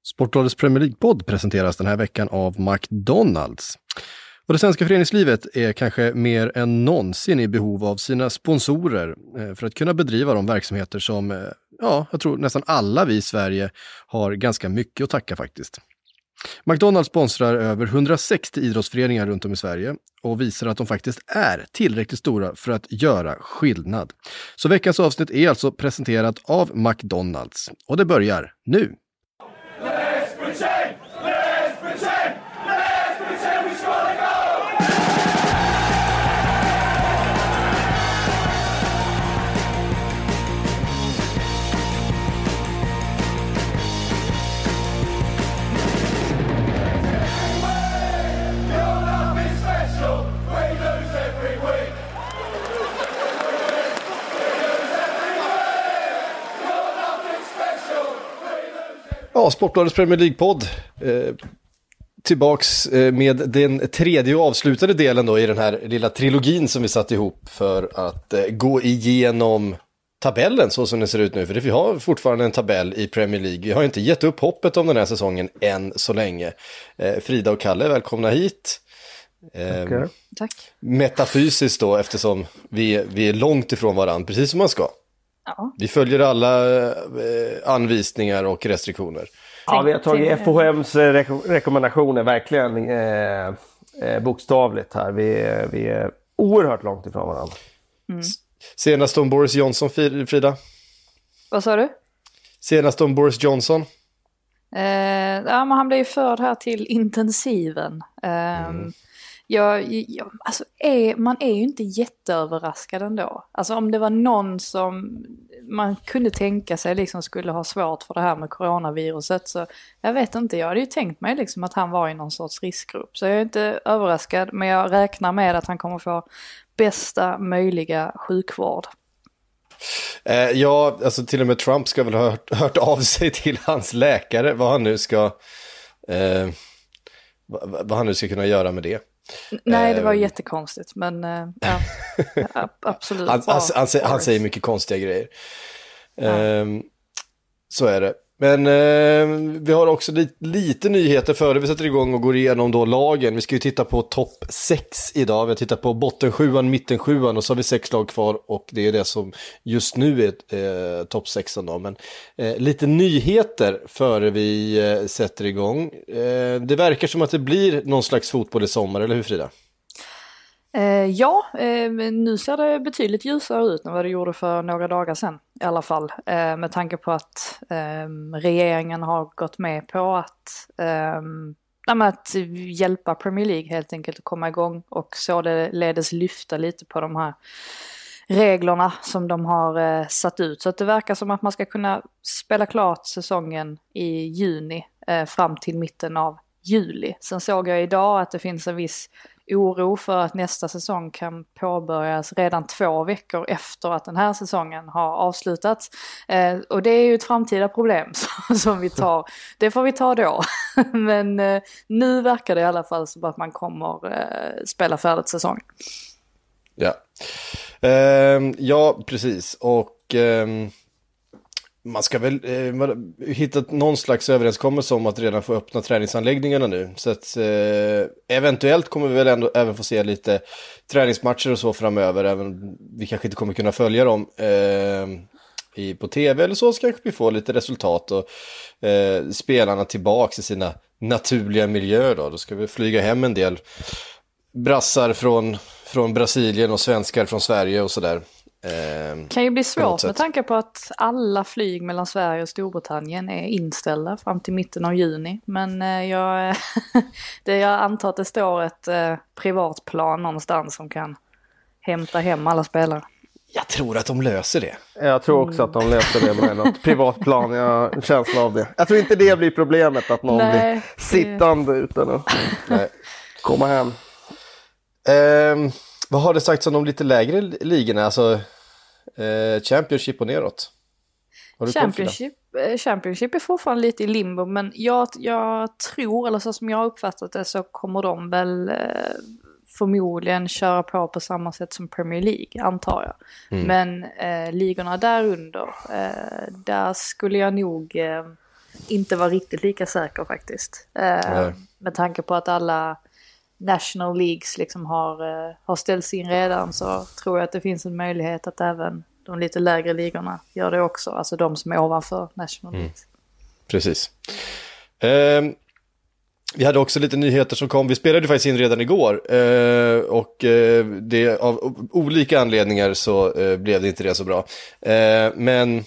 Sportbladets Premier League-podd presenteras den här veckan av McDonalds. Och det svenska föreningslivet är kanske mer än någonsin i behov av sina sponsorer för att kunna bedriva de verksamheter som, jag tror nästan alla vi i Sverige har ganska mycket att tacka faktiskt. McDonalds sponsrar över 160 idrottsföreningar runt om i Sverige och visar att de faktiskt är tillräckligt stora för att göra skillnad. Så veckans avsnitt är alltså presenterat av McDonalds och det börjar nu. Ja, Sportbladets Premier League-podd. Tillbaks med den tredje och avslutade delen då i den här lilla trilogin som vi satt ihop för att gå igenom tabellen så som den ser ut nu. För vi har fortfarande en tabell i Premier League. Vi har inte gett upp hoppet om den här säsongen än så länge. Frida och Kalle, välkomna hit. Tack. Metafysiskt då, eftersom vi är långt ifrån varandra, precis som man ska. Ja. Vi följer alla anvisningar och restriktioner. Ja, vi har tagit FOMs rekommendationer verkligen bokstavligt här. Vi är oerhört långt ifrån varandra. Mm. Senast om Boris Johnson, Frida? Vad sa du? Senast om Boris Johnson? Men han blev ju förd här till intensiven. Man är ju inte jätteöverraskad ändå. Alltså om det var någon som man kunde tänka sig liksom skulle ha svårt för det här med coronaviruset, så jag vet inte, jag hade ju tänkt mig liksom att han var i någon sorts riskgrupp. Så jag är inte överraskad, men jag räknar med att han kommer få bästa möjliga sjukvård. Ja, alltså till och med Trump ska väl ha hört av sig till hans läkare vad han nu ska kunna göra med det. Nej, det var jättekonstigt, men absolut. Han säger mycket konstiga grejer. Så är det. Men vi har också lite nyheter före vi sätter igång och går igenom då lagen. Vi ska ju titta på topp 6 idag. Vi har tittat på botten 7, mitten 7 och så har vi 6 lag kvar och det är det som just nu är topp 6 då. Men lite nyheter före vi sätter igång. Det verkar som att det blir någon slags fotboll i sommar, eller hur Frida? Nu ser det betydligt ljusare ut än vad det gjorde för några dagar sedan i alla fall. Med tanke på att regeringen har gått med på att hjälpa Premier League helt enkelt att komma igång, och så det ledes lyfta lite på de här reglerna som de har satt ut. Så att det verkar som att man ska kunna spela klart säsongen i juni fram till mitten av juli. Sen såg jag idag att det finns en viss oro för att nästa säsong kan påbörjas redan 2 veckor efter att den här säsongen har avslutats. Och det är ju ett framtida problem som vi tar. Det får vi ta då. Men nu verkar det i alla fall som att man kommer spela färdigt säsong. Ja, ja precis. Och man ska väl hitta någon slags överenskommelse om att redan få öppna träningsanläggningarna nu. Så att eventuellt kommer vi väl även få se lite träningsmatcher och så framöver. Även vi kanske inte kommer kunna följa dem på tv eller så kanske vi får lite resultat och spelarna tillbaka i sina naturliga miljöer då. Då ska vi flyga hem en del brassar från Brasilien och svenskar från Sverige och sådär. Kan ju bli svårt med tanke på att alla flyg mellan Sverige och Storbritannien är inställda fram till mitten av juni. Men jag antar att det står ett privat plan någonstans som kan hämta hem alla spelare. Jag tror att de löser det. Jag tror också att de löser det med något privat plan. Jag har en känsla av det. Jag tror inte det blir problemet, att någon blir sittande utan att komma hem. Vad har det sagts om de lite lägre ligorna? Alltså Championship och neråt? Championship är fortfarande lite i limbo, men jag tror, eller så som jag har uppfattat det, så kommer de väl förmodligen köra på samma sätt som Premier League, antar jag. Men ligorna där under, där skulle jag nog inte vara riktigt lika säker faktiskt. Med tanke på att alla National Leagues liksom har ställts in redan, så tror jag att det finns en möjlighet att även de lite lägre ligorna gör det också. Alltså de som är ovanför National Leagues. Precis. Vi hade också lite nyheter som kom. Vi spelade faktiskt in redan igår och det, av olika anledningar så blev det inte det så bra. Men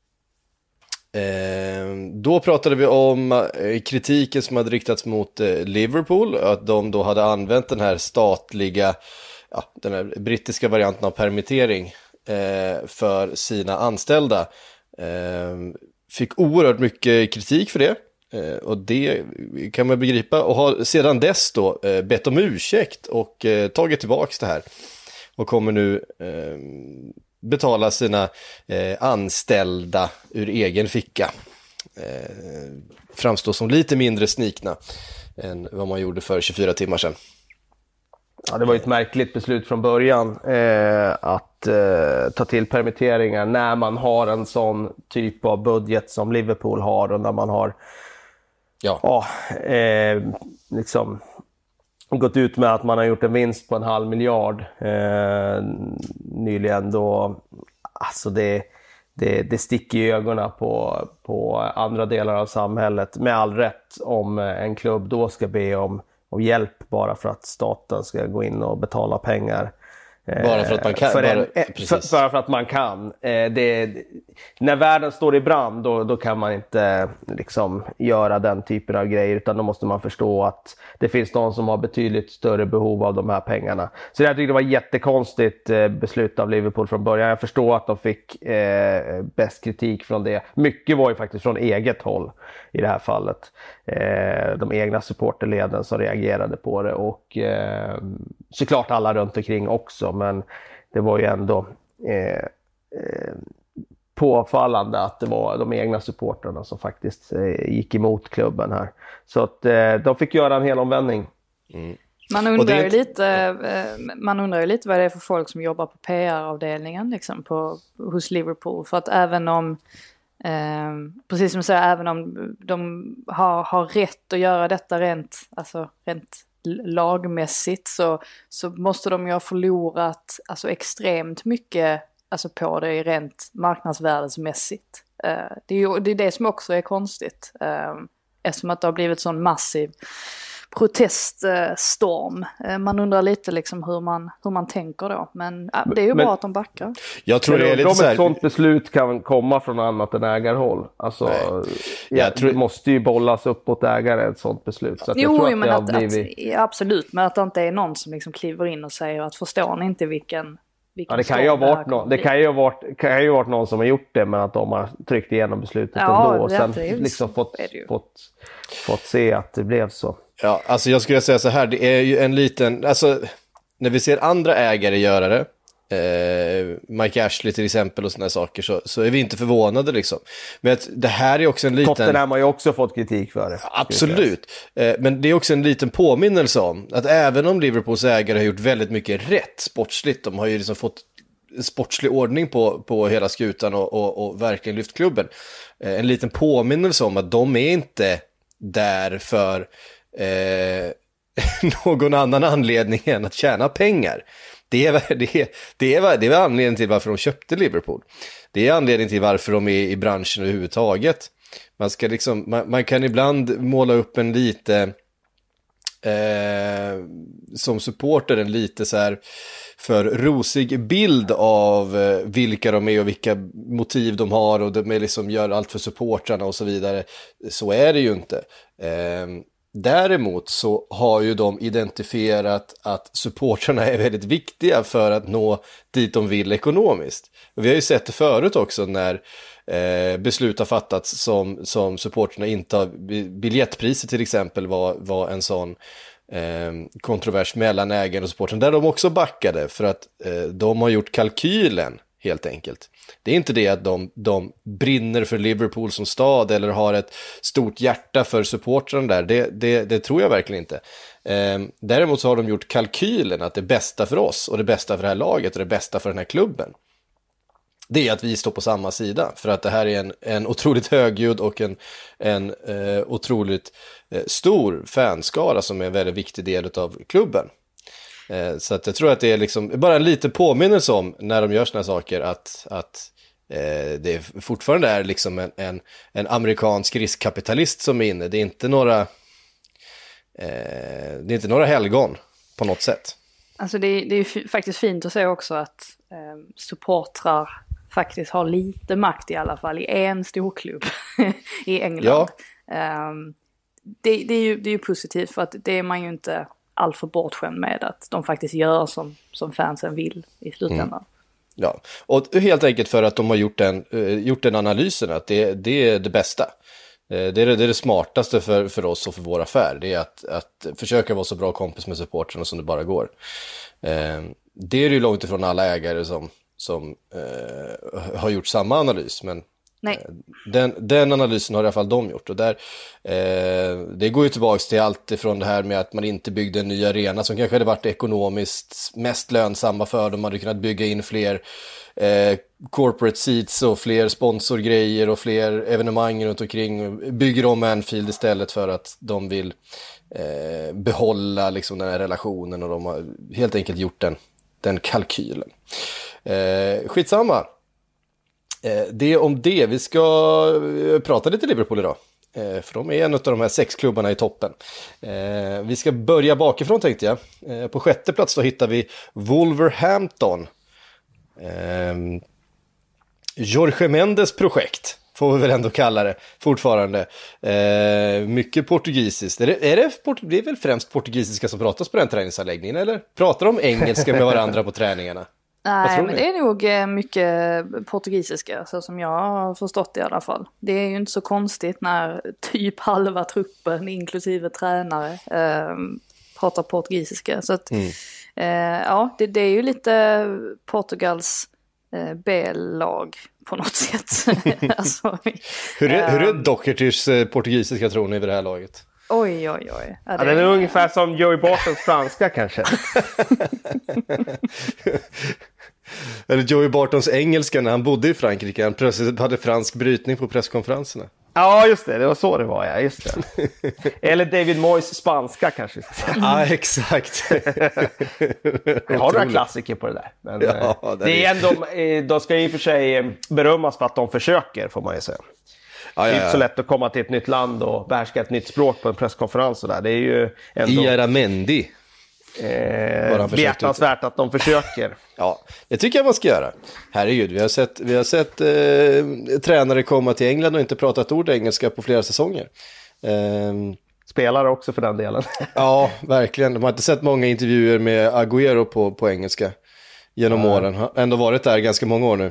då pratade vi om kritiken som hade riktats mot Liverpool, att de då hade använt den här statliga, den här brittiska varianten av permittering för sina anställda. Fick oerhört mycket kritik för det. Och det kan man begripa, och har sedan dess då bett om ursäkt och tagit tillbaks det här och kommer nu betala sina anställda ur egen ficka. Framstår som lite mindre snikna än vad man gjorde för 24 timmar sedan. Ja, det var ett märkligt beslut från början att ta till permitteringar när man har en sån typ av budget som Liverpool har, och när man har liksom gått ut med att man har gjort en vinst på 500 miljoner nyligen. Då, alltså det sticker i ögonen på andra delar av samhället, med all rätt, om en klubb då ska be om hjälp bara för att staten ska gå in och betala pengar. Bara för att man kan. Bara för att man kan. När världen står i brand, då kan man inte liksom göra den typen av grejer, utan då måste man förstå att det finns någon som har betydligt större behov av de här pengarna. Så jag tycker det var jättekonstigt beslut av Liverpool från början. Jag förstår att de fick bäst kritik från det. Mycket var ju faktiskt från eget håll i det här fallet. De egna supporterleden som reagerade på det, och såklart alla runt omkring också, men det var ju ändå påfallande att det var de egna supporterna som faktiskt gick emot klubben här. Så att de fick göra en hel omvändning. Man undrar ju lite vad det är för folk som jobbar på PR-avdelningen liksom hos Liverpool, för att även om precis som du säger, även om de har rätt att göra detta rent lagmässigt, så måste de ju ha förlorat alltså extremt mycket alltså på det rent marknadsvärdesmässigt. Det är det som också är konstigt, eftersom att det har blivit sån massiv proteststorm. Man undrar lite liksom hur man tänker då, men det är ju bra att de backar. Jag tror det är lite så här... Ett sånt beslut kan komma från annat än ägarhåll. Alltså, det måste ju bollas upp mot ägare, ett sånt beslut. Så absolut, men att det inte är någon som liksom kliver in och säger att förstår ni inte vilken det kan ju ha varit någon som har gjort det, men att de har tryckt igenom beslutet ändå och sen liksom fått se att det blev så. Ja, alltså jag skulle säga så här, det är ju en liten, alltså när vi ser andra ägare göra det, Mike Ashley till exempel och såna saker, så är vi inte förvånade liksom. Men att det här är också en liten... Tottenham har ju också fått kritik för det. Absolut, men det är också en liten påminnelse om att även om Liverpools ägare har gjort väldigt mycket rätt sportsligt, de har ju liksom fått sportslig ordning på hela skutan och verkligen lyft klubben. En liten påminnelse om att de är inte där för någon annan anledning än att tjäna pengar. Det är anledningen till varför de köpte Liverpool. Det är anledningen till varför de är i branschen överhuvudtaget. Man kan ibland måla upp en lite som supporter en lite så här för rosig bild av vilka de är och vilka motiv de har, och de är liksom gör allt för supportrarna och så vidare. Så är det ju inte. Däremot så har ju de identifierat att supportrarna är väldigt viktiga för att nå dit de vill ekonomiskt. Och vi har ju sett det förut också när beslut har fattats som supportrarna inte har. Biljettpriser till exempel var en sån kontrovers mellan ägaren och supporten, där de också backade för att de har gjort kalkylen helt enkelt. Det är inte det att de brinner för Liverpool som stad eller har ett stort hjärta för supportrarna där. Det tror jag verkligen inte. Däremot så har de gjort kalkylen att det bästa för oss och det bästa för det här laget och det bästa för den här klubben, det är att vi står på samma sida. För att det här är en otroligt högljudd och en otroligt stor fanskara som är en väldigt viktig del av klubben. Så att jag tror att det är liksom bara en liten påminnelse om när de gör såna här saker att det fortfarande är liksom en amerikansk riskkapitalist som är inne. Det är inte några helgon på något sätt. Alltså det är ju faktiskt fint att se också att supportrar faktiskt har lite makt i alla fall i en stor klubb i England. Ja. Det är ju positivt, för att det är man ju inte alltför bortskämd med, att de faktiskt gör som fansen vill i slutändan. Ja, och helt enkelt för att de har gjort den analysen att det är det bästa. Det är det smartaste för oss och för vår affär. Det är att försöka vara så bra kompis med supportrarna som det bara går. Det är ju långt ifrån alla ägare som har gjort samma analys, men nej. Den analysen har i alla fall de gjort. Och där, det går ju tillbaka till allt ifrån det här med att man inte byggde en ny arena som kanske hade varit ekonomiskt mest lönsamma för dem. Man hade kunnat bygga in fler corporate seats och fler sponsorgrejer och fler evenemang runt omkring. Bygger om Anfield istället för att de vill behålla liksom den här relationen, och de har helt enkelt gjort den kalkylen. Skitsamma. Det om det. Vi ska prata lite Liverpool idag. För de är en av de här 6 klubbarna i toppen. Vi ska börja bakifrån, tänkte jag. På 6:e plats då hittar vi Wolverhampton. Jorge Mendes projekt får vi väl ändå kalla det fortfarande. Mycket portugisiskt. Det är väl främst portugisiska som pratas på den träningsanläggningen, eller? Pratar de engelska med varandra på träningarna? Nej, men det är nog mycket portugisiska, så som jag har förstått det i alla fall. Det är ju inte så konstigt när typ halva truppen, inklusive tränare, pratar portugisiska. Så att, ja, det är ju lite Portugals B-lag på något sätt. Alltså, hur är Dohertys portugisiska, tror ni, vid det här laget? Oj. Ja, den är ungefär som Joey Bartons franska kanske. Eller Joey Bartons engelska när han bodde i Frankrike. Han plötsligt hade fransk brytning på presskonferenserna. Ja, just det var så det var, ja, just det. Eller David Moyes spanska kanske. Ja, exakt. Jag har några klassiker på det där. Men ja, det är ändå, de ska i och för sig berömmas för att de försöker, får man ju säga. Ja, det är inte så lätt att komma till ett nytt land och behärska ett nytt språk på en presskonferens och där. Det är ju ändå Iaramendi. Behjärtansvärt att de försöker. Ja, det tycker jag man ska göra. Herregud, vi har sett tränare komma till England och inte prata ett ord engelska på flera säsonger. Spelare också för den delen. Ja, verkligen. De har inte sett många intervjuer med Agüero på engelska genom åren. Har ändå varit där ganska många år nu.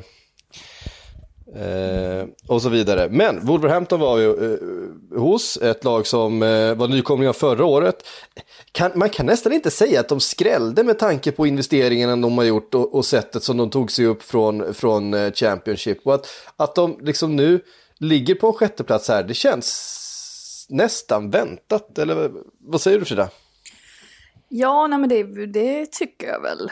Och så vidare. Men Wolverhampton var ju hos ett lag som var nykomlingar förra året. Man kan nästan inte säga att de skrällde med tanke på investeringen de har gjort och sättet som de tog sig upp från Championship. Och att de liksom nu ligger på en 6:e plats här, det känns nästan väntat. Eller vad säger du, Frida? Ja, nej, men det tycker jag väl.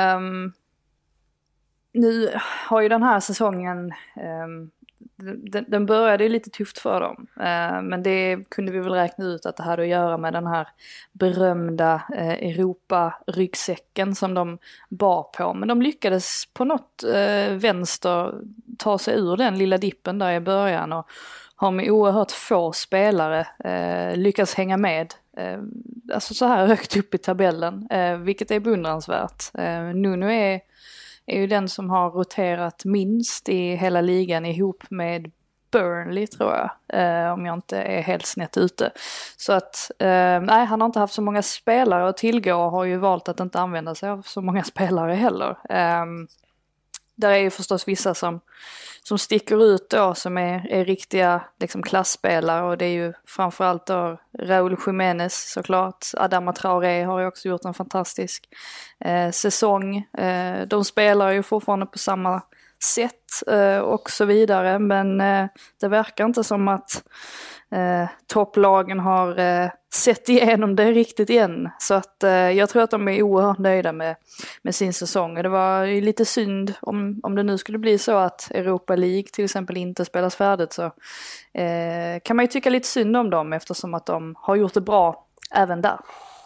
Nu har ju den här säsongen, den började lite tufft för dem. Men det kunde vi väl räkna ut att det hade att göra med den här berömda Europa-ryggsäcken som de bar på. Men de lyckades på något vänster ta sig ur den lilla dippen där i början och har med oerhört få spelare lyckats hänga med. Alltså så här högt upp i tabellen, vilket är beundransvärt. Nuno är ju den som har roterat minst i hela ligan ihop med Burnley, tror jag, om jag inte är helt snett ute. Så att, nej, han har inte haft så många spelare att tillgå och har ju valt att inte använda sig av så många spelare heller. Där är ju förstås vissa som sticker ut då, som är riktiga liksom klassspelare, och det är ju framförallt då Raúl Jiménez såklart. Adama Traoré har ju också gjort en fantastisk säsong. De spelar ju fortfarande på sett och så vidare. Men det verkar inte som att topplagen har sett igenom det riktigt än. Så att jag tror att de är oerhört nöjda med sin säsong. Och det var ju lite synd om det nu skulle bli så att Europa League till exempel inte spelas färdigt, så kan man ju tycka lite synd om dem eftersom att de har gjort det bra även där.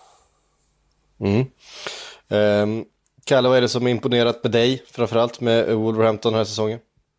Kalle, vad är det som imponerat med dig framförallt med Wolverhampton den här säsongen?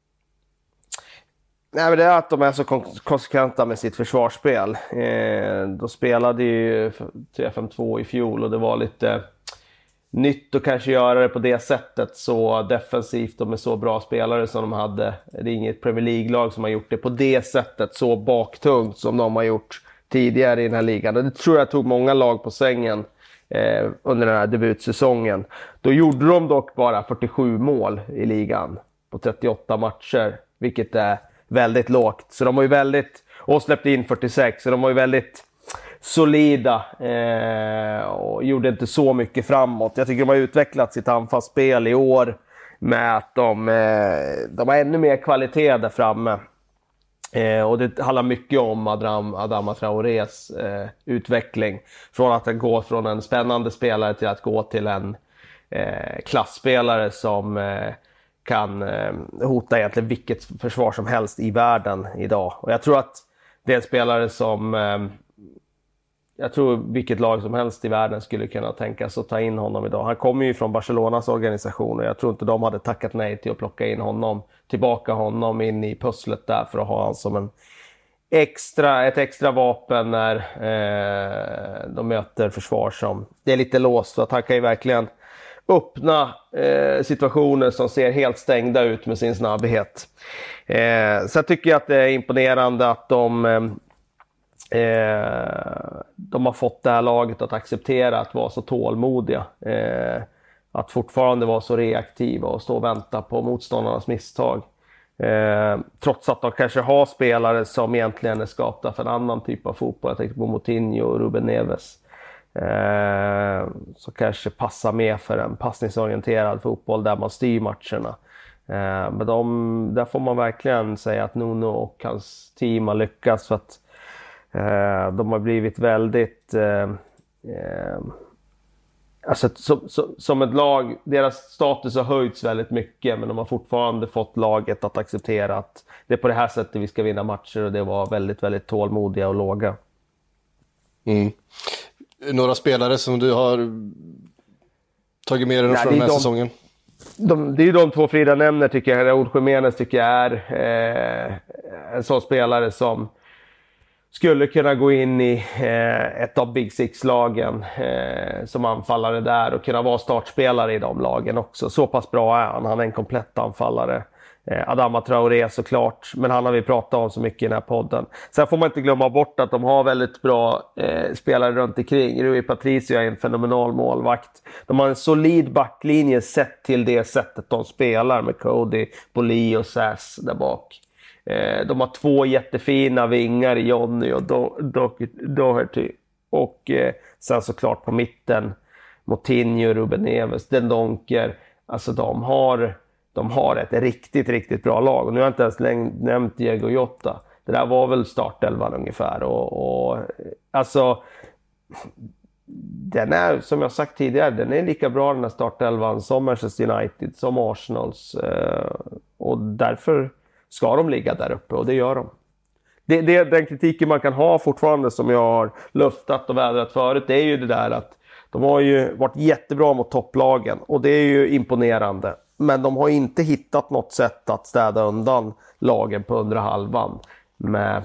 Nej, men det är att de är så konsekventa med sitt försvarsspel. De spelade ju 3-5-2 i fjol och det var lite nytt att kanske göra det på det sättet, så defensivt och med så bra spelare som de hade. Det är inget Premier League-lag som har gjort det på det sättet, så baktungt som de har gjort tidigare i den här ligan. Och det tror jag tog många lag på sängen under den här debutsäsongen. Då gjorde de dock bara 47 mål i ligan på 38 matcher, vilket är väldigt lågt. Så de var ju väldigt, och släppte in 46, så de var ju väldigt solida och gjorde inte så mycket framåt. Jag tycker de har utvecklat sitt anfallsspel i år med att de har ännu mer kvalitet där framme. Och det handlar mycket om Adama Traorés utveckling. Från att gå från en spännande spelare till att gå till en klassspelare som kan hota egentligen vilket försvar som helst i världen idag. Och jag tror att det är en spelare som jag tror vilket lag som helst i världen skulle kunna tänka sig att ta in honom idag. Han kommer ju från Barcelonas organisation och jag tror inte de hade tackat nej till att plocka in honom, tillbaka honom in i pusslet där, för att ha honom som ett extra vapen när de möter försvar som det är lite låst. Så att han kan ju verkligen öppna situationer som ser helt stängda ut med sin snabbhet. Så jag tycker att det är imponerande att de har fått det här laget att acceptera att vara så tålmodiga. Att fortfarande vara så reaktiva och stå och vänta på motståndarnas misstag. Trots att de kanske har spelare som egentligen är skapta för en annan typ av fotboll. Jag tänker på Moutinho och Ruben Neves. Så kanske passar med för en passningsorienterad fotboll där man styr matcherna. Men där får man verkligen säga att Nuno och hans team har lyckats, för att de har blivit väldigt alltså som ett lag, deras status har höjts väldigt mycket, men de har fortfarande fått laget att acceptera att det är på det här sättet vi ska vinna matcher, och det var väldigt, väldigt tålmodiga och låga. Några spelare som du har tagit med dig från den här säsongen? Det är ju de två Frida nämner, tycker jag. Raúl Jiménez tycker jag är en sån spelare som skulle kunna gå in i ett av Big Six-lagen som anfallare där och kunna vara startspelare i de lagen också. Så pass bra är han. Han är en komplett anfallare. Adama Traoré såklart, men han har vi pratat om så mycket i den här podden. Sen får man inte glömma bort att de har väldigt bra spelare runt omkring. Rui Patricio är en fenomenal målvakt. De har en solid backlinje sett till det sättet de spelar med Cody, Boli och Sass där bak. De har två jättefina vingar, Johnny och Doherty. Och sen såklart på mitten Moutinho, Ruben Neves, Den Donker. Alltså de har ett riktigt, riktigt bra lag. Och nu har jag inte ens nämnt Diego Jota. Det där var väl startelvan ungefär. Och alltså, den är, som jag sagt tidigare, den är lika bra den här startelvan som Manchester United, som Arsenals. Och därför ska de ligga där uppe, och det gör de. Det den kritiken man kan ha fortfarande, som jag har luftat och vädrat förut, det är ju det där att de har ju varit jättebra mot topplagen, och det är ju imponerande. Men de har inte hittat något sätt att städa undan lagen på undre halvan med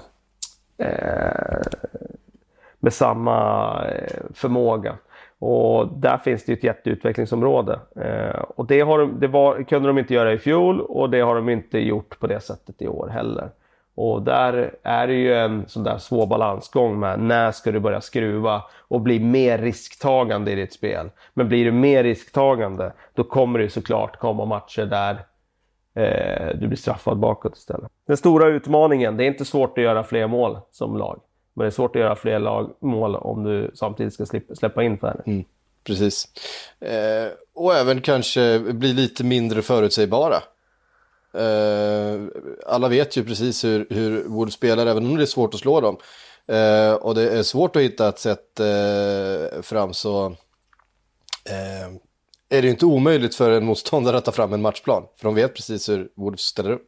samma förmåga. Och där finns det ett jätteutvecklingsområde. Och det kunde de inte göra i fjol, och det har de inte gjort på det sättet i år heller. Och där är det ju en sån där svår balansgång med när ska du börja skruva och bli mer risktagande i ditt spel. Men blir du mer risktagande, då kommer det såklart komma matcher där du blir straffad bakåt istället. Den stora utmaningen, det är inte svårt att göra fler mål som lag. Men det är svårt att göra fler mål om du samtidigt ska släppa in färre. Precis. Och även kanske bli lite mindre förutsägbara. Alla vet ju precis hur Wolves spelar, även om det är svårt att slå dem. Och det är svårt att hitta ett sätt fram, så är det inte omöjligt för en motståndare att ta fram en matchplan. För de vet precis hur Wolves ställer upp.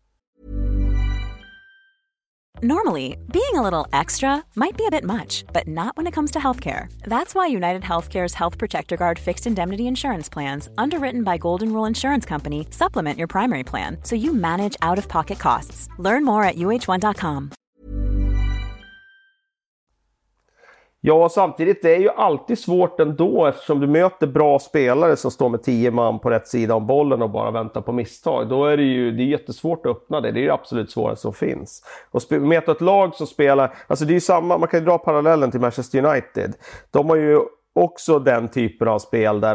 Normally, being a little extra might be a bit much, but not when it comes to healthcare. That's why United Healthcare's Health Protector Guard fixed indemnity insurance plans, underwritten by Golden Rule Insurance Company, supplement your primary plan so you manage out-of-pocket costs. Learn more at uh1.com. Ja, samtidigt det är ju alltid svårt ändå, eftersom du möter bra spelare som står med 10 man på rätt sida om bollen och bara väntar på misstag. Då är det är jättesvårt att öppna det. Det är ju absolut svåraste som finns. Och möta ett lag som spelar, alltså det är ju samma, man kan ju dra parallellen till Manchester United. De har ju också den typen av spel där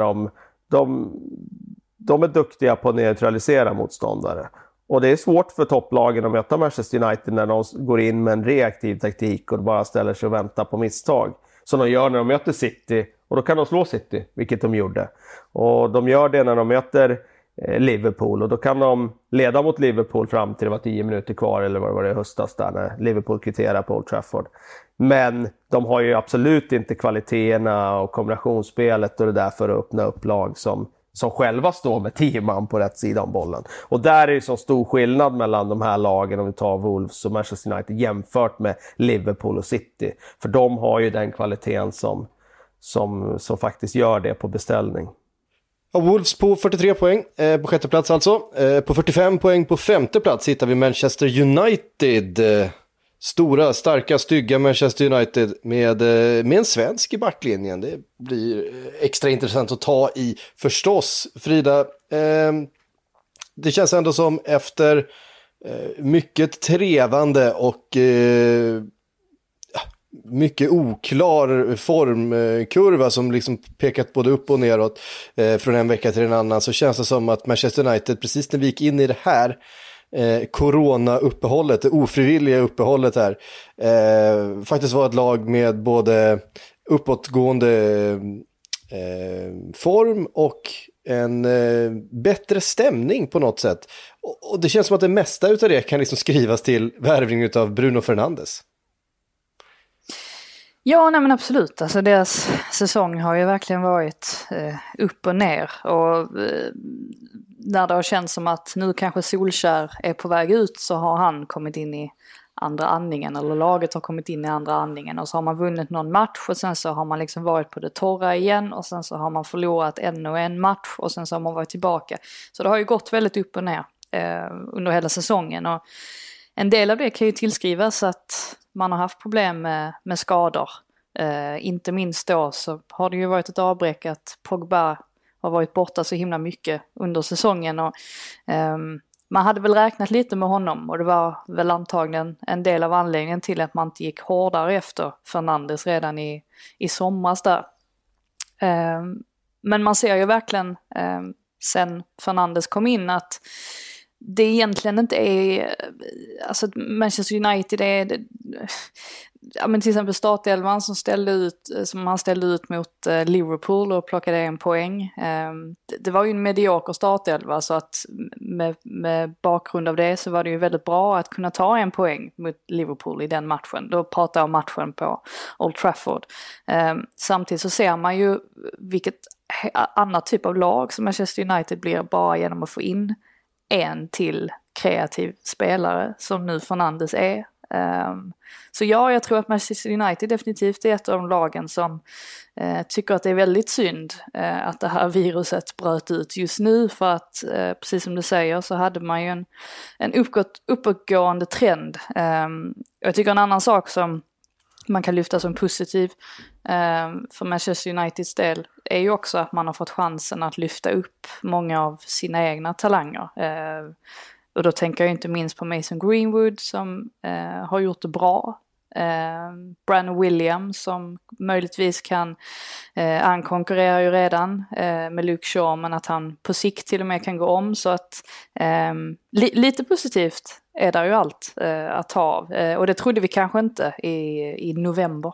de är duktiga på att neutralisera motståndare. Och det är svårt för topplagen att möta Manchester United när de går in med en reaktiv taktik och bara ställer sig och väntar på misstag. Som de gör när de möter City. Och då kan de slå City, vilket de gjorde. Och de gör det när de möter Liverpool. Och då kan de leda mot Liverpool fram till det var 10 minuter kvar, eller vad det var i höstas där när Liverpool kvitterar på Old Trafford. Men de har ju absolut inte kvaliteterna och kombinationsspelet och det där för att öppna upp lag som själva står med 10 man på rätt sida om bollen. Och där är det så stor skillnad mellan de här lagen, om vi tar Wolves och Manchester United, jämfört med Liverpool och City. För de har ju den kvaliteten som faktiskt gör det på beställning. Ja, Wolves på 43 poäng på sjätte plats alltså. På 45 poäng på femte plats hittar vi Manchester United. Stora, starka, stygga Manchester United med en svensk i backlinjen. Det blir extra intressant att ta i förstås. Frida, det känns ändå som efter mycket trevande och mycket oklar formkurva som liksom pekat både upp och neråt från en vecka till en annan, så känns det som att Manchester United, precis när vi gick in i det här corona-uppehållet, det ofrivilliga uppehållet här, faktiskt var ett lag med både uppåtgående form och en bättre stämning på något sätt. Och det känns som att det mesta utav det kan liksom skrivas till värvningen av Bruno Fernandes. Ja, nej men absolut. Alltså deras säsong har ju verkligen varit upp och ner. Och när det har känts som att nu kanske Solskjær är på väg ut, så har han kommit in i andra andningen, eller laget har kommit in i andra andningen, och så har man vunnit någon match och sen så har man liksom varit på det torra igen, och sen så har man förlorat en match och sen så har man varit tillbaka. Så det har ju gått väldigt upp och ner under hela säsongen, och en del av det kan ju tillskrivas att man har haft problem med skador. Inte minst då så har det ju varit ett avbräck att Pogba har varit borta så himla mycket under säsongen, och man hade väl räknat lite med honom, och det var väl antagligen en del av anledningen till att man inte gick hårdare efter Fernandes redan i somras där. Men man ser ju verkligen sen Fernandes kom in att det egentligen inte är, alltså Manchester United är, ja men till exempel startelvan som han ställde ut mot Liverpool och plockade en poäng. Det var ju en medioker startelva, så att med bakgrund av det så var det ju väldigt bra att kunna ta en poäng mot Liverpool i den matchen. Då pratar jag om matchen på Old Trafford. Samtidigt så ser man ju vilket annat typ av lag som Manchester United blir bara genom att få in en till kreativ spelare som nu Fernandes är. Så ja, jag tror att Manchester United definitivt är ett av de lagen som tycker att det är väldigt synd att det här viruset bröt ut just nu, för att precis som du säger så hade man ju en uppåtgående trend. Jag tycker en annan sak som man kan lyfta som positiv för Manchester Uniteds del är ju också att man har fått chansen att lyfta upp många av sina egna talanger. Och då tänker jag inte minst på Mason Greenwood som har gjort det bra. Brandon Williams som möjligtvis han konkurrerar ju redan med Luke Shaw, men att han på sikt till och med kan gå om, så att lite positivt är där ju allt att ta av, och det trodde vi kanske inte i november.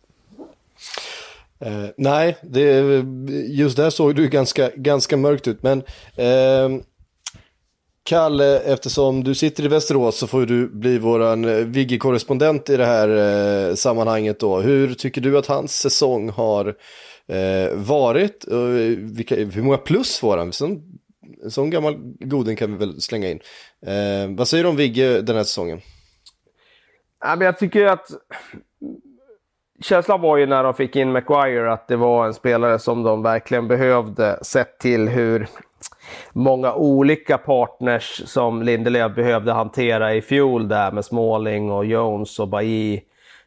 Nej, just där såg du ganska mörkt ut, men Kalle, eftersom du sitter i Västerås så får du bli våran Vigge-korrespondent i det här sammanhanget då. Hur tycker du att hans säsong har varit? Hur många plus får han? En sån gammal goding kan vi väl slänga in. Vad säger du om Vigge den här säsongen? Ja, men jag tycker att känslan var ju när de fick in Maguire att det var en spelare som de verkligen behövde, sett till hur många olika partners som Lindelöf behövde hantera i fjol där med Smalling och Jones och Bailly.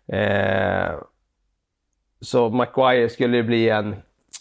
Så Maguire skulle bli en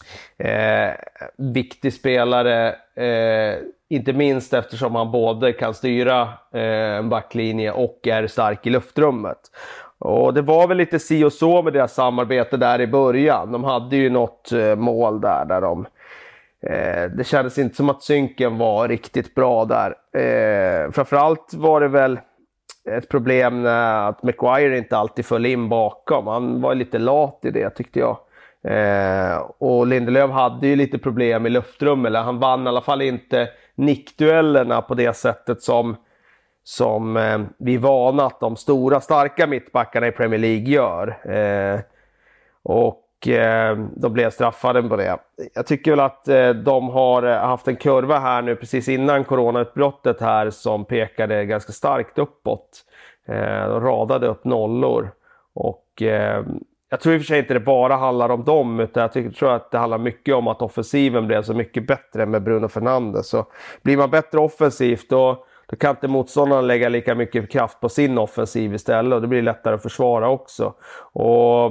viktig spelare, inte minst eftersom han både kan styra en backlinje och är stark i luftrummet. Och det var väl lite si och så med deras samarbete där i början. De hade ju något mål där de... det kändes inte som att synken var riktigt bra där. Framförallt var det väl ett problem att Maguire inte alltid föll in bakom. Han var lite lat i det, tyckte jag. Och Lindelöf hade ju lite problem i luftrum. Eller han vann i alla fall inte nickduellerna på det sättet som vi är vana att de stora starka mittbackarna i Premier League gör. Och de blev straffade på det. Jag tycker väl att de har haft en kurva här nu precis innan coronautbrottet här som pekade ganska starkt uppåt. De radade upp nollor. Och jag tror i och för sig inte det bara handlar om dem, utan jag tror att det handlar mycket om att offensiven blev så mycket bättre med Bruno Fernandes. Så blir man bättre offensivt då kan inte motståndaren lägga lika mycket kraft på sin offensiv istället, och det blir lättare att försvara också. Och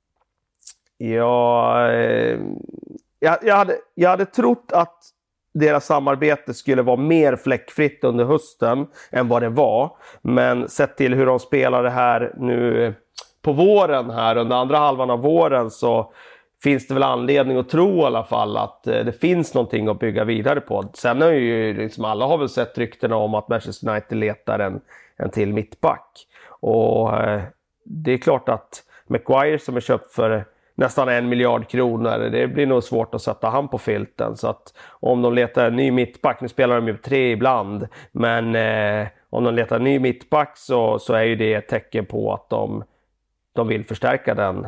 jag hade trott att deras samarbete skulle vara mer fläckfritt under hösten än vad det var. Men sett till hur de spelade här nu på våren här, under andra halvan av våren, så finns det väl anledning att tro i alla fall att det finns någonting att bygga vidare på. Sen är ju liksom, alla har väl sett ryktena om att Manchester United letar en till mittback. Och det är klart att Maguire som är köpt för nästan 1 miljard kronor, det blir nog svårt att sätta han på filten. Så att om de letar en ny mittback, nu spelar de ju 3 ibland, men om de letar en ny mittback så är ju det ett tecken på att de vill förstärka den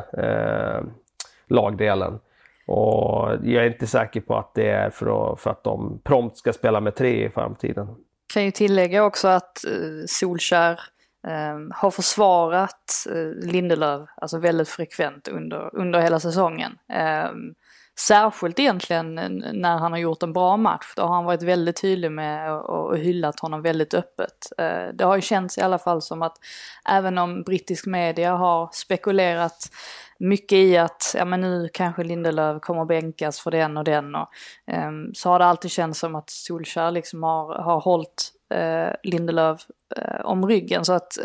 lagdelen. Och jag är inte säker på att det är för att de prompt ska spela med 3 i framtiden. Kan ju tillägga också att Solskjær har försvarat Lindelöf alltså väldigt frekvent under hela säsongen. Särskilt egentligen när han har gjort en bra match. Då har han varit väldigt tydlig med och hyllat honom väldigt öppet. Det har ju känts i alla fall som att även om brittisk media har spekulerat mycket i att ja, men nu kanske Lindelöf kommer bänkas för den och den. Så har det alltid känts som att Solskjær liksom har hållit Lindelöf om ryggen. Så att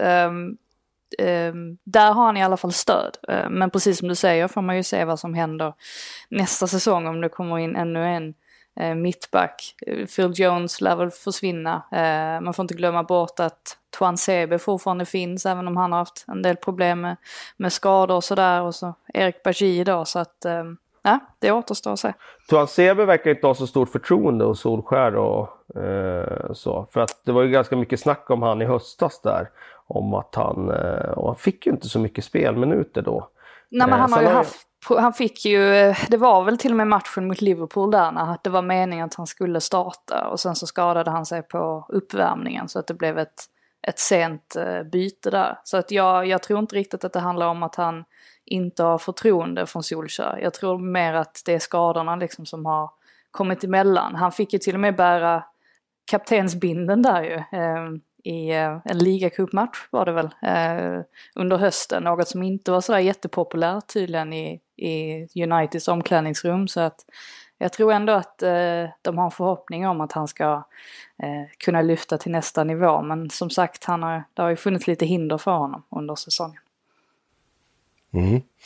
där har han i alla fall stöd. Men precis som du säger får man ju se vad som händer nästa säsong om det kommer in ännu en mittback. Phil Jones lär väl försvinna. Man får inte glömma bort att Tuanzebe fortfarande finns, även om han har haft en del problem med skador och sådär. Och så Erik Bajie då, så att det återstår att se. Tuanzebe verkar inte ha så stort förtroende hos Solskjær och så. För att det var ju ganska mycket snack om han i höstas där. Om att han fick ju inte så mycket spelminuter då. Nej, men han har ju han fick ju, det var väl till och med matchen mot Liverpool där när det var meningen att han skulle starta. Och sen så skadade han sig på uppvärmningen så att det blev ett sent byte där. Så att jag tror inte riktigt att det handlar om att han inte har förtroende från Solskjær. Jag tror mer att det är skadorna liksom som har kommit emellan. Han fick ju till och med bära kaptensbinden där ju. I en ligacupmatch var det väl under hösten. Något som inte var sådär jättepopulärt tydligen i Uniteds omklädningsrum. Så att jag tror ändå att de har en förhoppning om att han ska kunna lyfta till nästa nivå. Men som sagt, det har ju funnits lite hinder för honom under säsongen.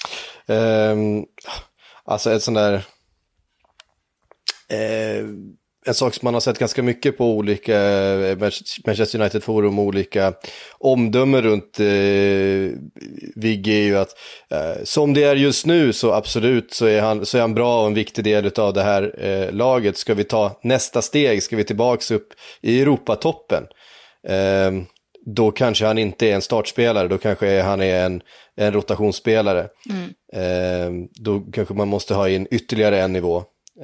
Alltså ett sån där en sak som man har sett ganska mycket på olika Manchester United-forum och olika omdömen runt Vigge är ju att som det är just nu så absolut så är han bra och en viktig del av det här laget. Ska vi ta nästa steg, ska vi tillbaks upp i Europatoppen, då kanske han inte är en startspelare, då kanske han är en rotationsspelare. Då kanske man måste ha in ytterligare en nivå.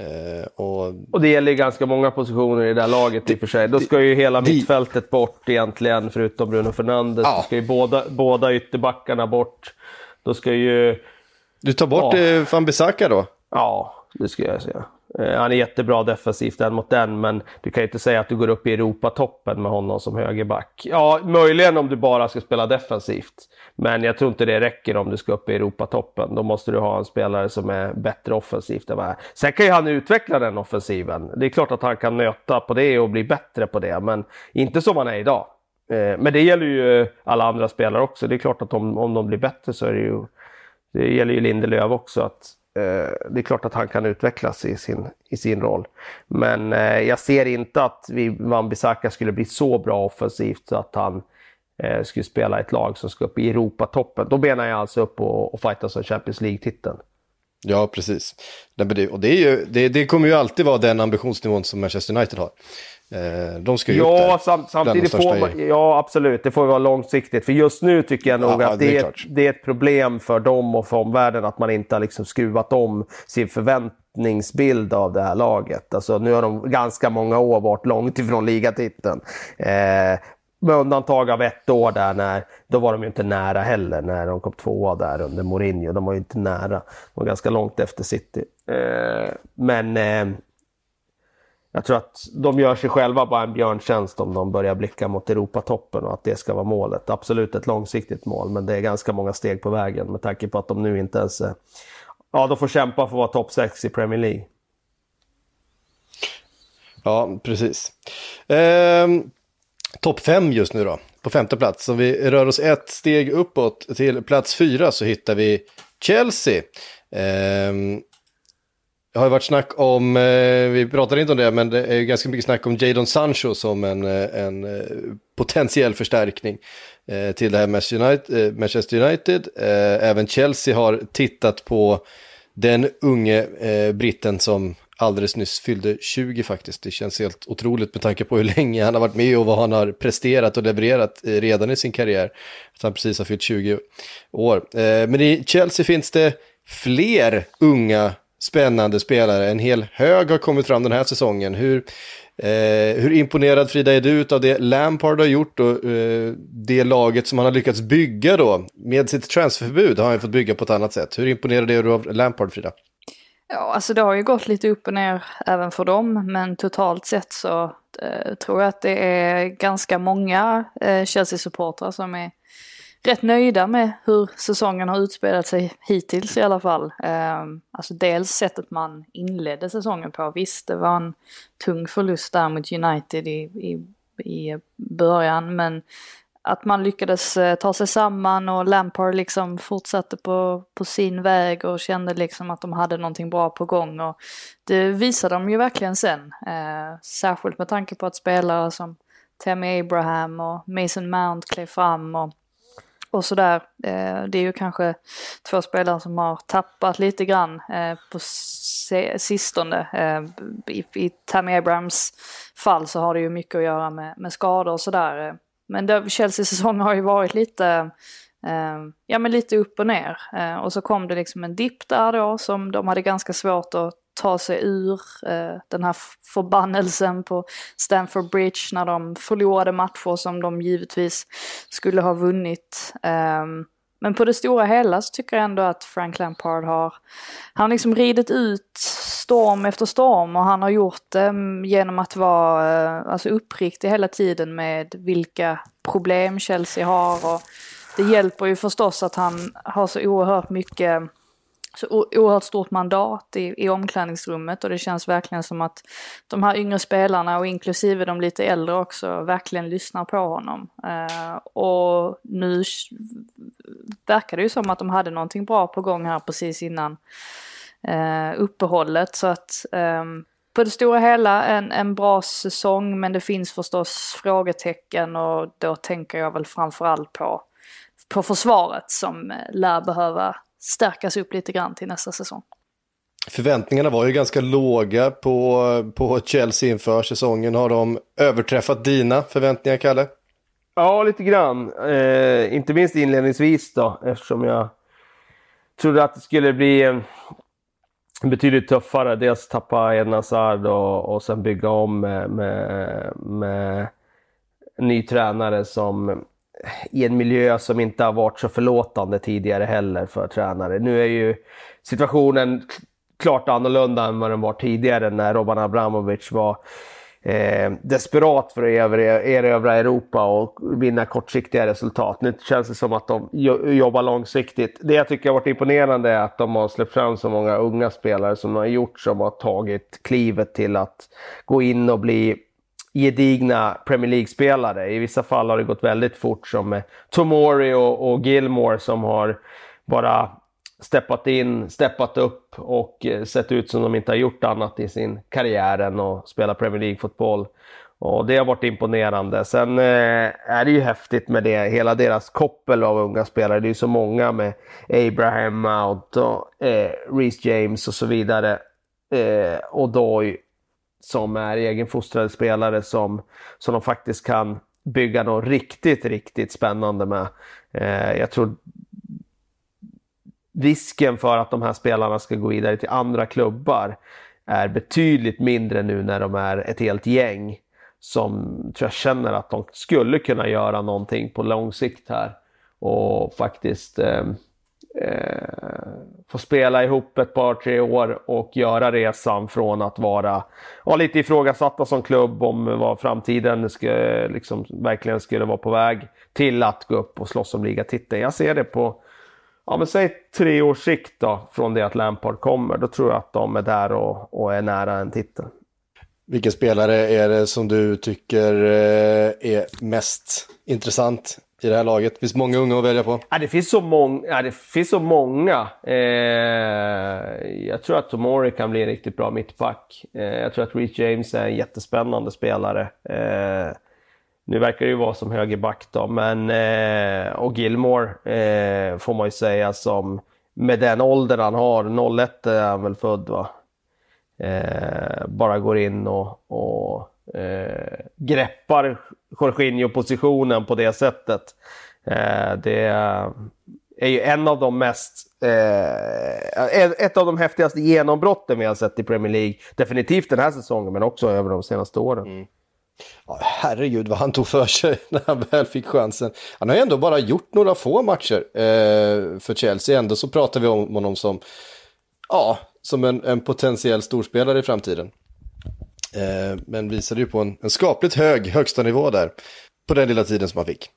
Och det gäller ganska många positioner i det här laget i och för sig. Då ska ju hela mittfältet bort egentligen, förutom Bruno Fernandes. Då ska ju båda ytterbackarna bort. Då ska ju... Du tar bort Van Bissaka då? Ja, det ska jag säga. Han är jättebra defensivt den mot den, men du kan ju inte säga att du går upp i Europatoppen med honom som högerback. Ja, möjligen om du bara ska spela defensivt. Men jag tror inte det räcker om du ska upp i Europatoppen. Då måste du ha en spelare som är bättre offensivt än vad är. Sen kan ju han utveckla den offensiven. Det är klart att han kan nöta på det och bli bättre på det, men inte som han är idag. Men det gäller ju alla andra spelare också. Det är klart att om de blir bättre så är det ju... Det gäller ju Lindelöf också, att det är klart att han kan utvecklas i sin roll. Men jag ser inte att Van Bissaka skulle bli så bra offensivt så att han skulle spela ett lag som ska upp i Europatoppen. Då menar jag alltså upp och fightas om Champions League-titeln. Ja, precis. Och det kommer ju alltid vara den ambitionsnivån som Manchester United har. De ska ju upp där. Samtidigt ja, absolut. Det får vara långsiktigt. För just nu tycker jag nog att det är ett problem för dem och för omvärlden att man inte har liksom skruvat om sin förväntningsbild av det här laget. Alltså, nu har de ganska många år varit långt ifrån ligatiteln. Med undantag av ett år där då var de ju inte nära heller när de kom 2 där under Mourinho. De var ju inte nära. De var ganska långt efter City. Men jag tror att de gör sig själva bara en björntjänst om de börjar blicka mot Europatoppen och att det ska vara målet. Absolut ett långsiktigt mål, men det är ganska många steg på vägen med tanke på att de nu inte ens de får kämpa för att vara topp 6 i Premier League. Ja, precis. Topp 5 just nu då, på 5:e plats. Om vi rör oss ett steg uppåt till plats 4 så hittar vi Chelsea. Det har ju varit snack om, vi pratar inte om det, men det är ju ganska mycket snack om Jadon Sancho som en potentiell förstärkning till det här Manchester United. Även Chelsea har tittat på den unge britten som alldeles nyss fyllde 20 faktiskt. Det känns helt otroligt med tanke på hur länge han har varit med och vad han har presterat och levererat redan i sin karriär. Att han precis har fyllt 20 år. Men i Chelsea finns det fler unga spännande spelare. En hel hög har kommit fram den här säsongen. Hur imponerad, Frida, är du av det Lampard har gjort och det laget som han har lyckats bygga då? Med sitt transferförbud har han fått bygga på ett annat sätt. Hur imponerad är du av Lampard, Frida? Ja, alltså det har ju gått lite upp och ner även för dem, men totalt sett så tror jag att det är ganska många Chelsea-supportrar som är rätt nöjda med hur säsongen har utspelat sig hittills i alla fall. Alltså dels sättet man inledde säsongen på. Visst, det var en tung förlust där mot United i början, men att man lyckades ta sig samman och Lampard liksom fortsatte på sin väg och kände liksom att de hade någonting bra på gång. Och det visade de ju verkligen sen. Särskilt med tanke på att spelare som Tammy Abraham och Mason Mount klev fram och sådär. Det är ju kanske 2 spelare som har tappat lite grann på sistone. I Tammy Abrahams fall så har det ju mycket att göra med skador och sådär. Men Chelseas säsong har ju varit lite lite upp och ner. Och så kom det liksom en dipp där då som de hade ganska svårt att ta sig ur den här förbannelsen på Stamford Bridge när de förlorade matcher som de givetvis skulle ha vunnit. Men på det stora hela så tycker jag ändå att Frank Lampard han liksom ridit ut storm efter storm och han har gjort det genom att vara uppriktig hela tiden med vilka problem Chelsea har, och det hjälper ju förstås att han har så oerhört stort mandat i omklädningsrummet, och det känns verkligen som att de här yngre spelarna och inklusive de lite äldre också verkligen lyssnar på honom. Och nu verkar det ju som att de hade någonting bra på gång här precis innan uppehållet, så att på det stora hela en bra säsong, men det finns förstås frågetecken och då tänker jag väl framförallt på försvaret som lär behöva stärkas upp lite grann till nästa säsong. Förväntningarna var ju ganska låga på Chelsea inför säsongen. Har de överträffat dina förväntningar, Kalle? Ja, lite grann. Inte minst inledningsvis då, eftersom jag trodde att det skulle bli betydligt tuffare. Dels tappa Eden Hazard och sen bygga om med en ny tränare som i en miljö som inte har varit så förlåtande tidigare heller för tränare. Nu är ju situationen klart annorlunda än vad den var tidigare när Roman Abramovich var desperat för att erövra Europa och vinna kortsiktiga resultat. Nu känns det som att de jobbar långsiktigt. Det jag tycker har varit imponerande är att de har släppt fram så många unga spelare som de har gjort, som har tagit klivet till att gå in och bli gedigna Premier League-spelare. I vissa fall har det gått väldigt fort, som med Tomori och Gilmore som har bara steppat upp och sett ut som de inte har gjort annat i sin karriär än att spela Premier League-fotboll. Och det har varit imponerande. Sen är det ju häftigt med det, hela deras koppel av unga spelare. Det är ju så många med Abraham Mount och Reece James och så vidare. Och Doy som är egenfostrade spelare som de faktiskt kan bygga något riktigt, riktigt spännande med. Jag tror risken för att de här spelarna ska gå vidare till andra klubbar är betydligt mindre nu när de är ett helt gäng som tror jag känner att de skulle kunna göra någonting på lång sikt här och faktiskt få spela ihop ett par, 3 år och göra resan från att vara lite ifrågasatta som klubb om vad framtiden verkligen skulle vara på väg till att gå upp och slåss om ligatiteln. Jag ser det på säg 3 års sikt då, från det att Lampard kommer. Då tror jag att de är där och är nära en titel. Vilken spelare är det som du tycker är mest intressant i det här laget? Det finns många unga att välja på. Ja, det finns så många. Jag tror att Tomori kan bli en riktigt bra mittback. Jag tror att Reece James är en jättespännande spelare. Nu verkar det ju vara som högerback då, men och Gilmore får man ju säga som med den ålder han har, 01 är han väl född va? Bara går in och greppar Jorginho-positionen på det sättet. Det är ju en av de ett av de häftigaste genombrotten vi har sett i Premier League. Definitivt den här säsongen, men också över de senaste åren. Mm. Ja, herregud vad han tog för sig när han väl fick chansen. Han har ju ändå bara gjort några få matcher för Chelsea. Ändå så pratar vi om honom som en potentiell storspelare i framtiden. Men visade ju på en skapligt högsta nivå där på den lilla tiden som han fick.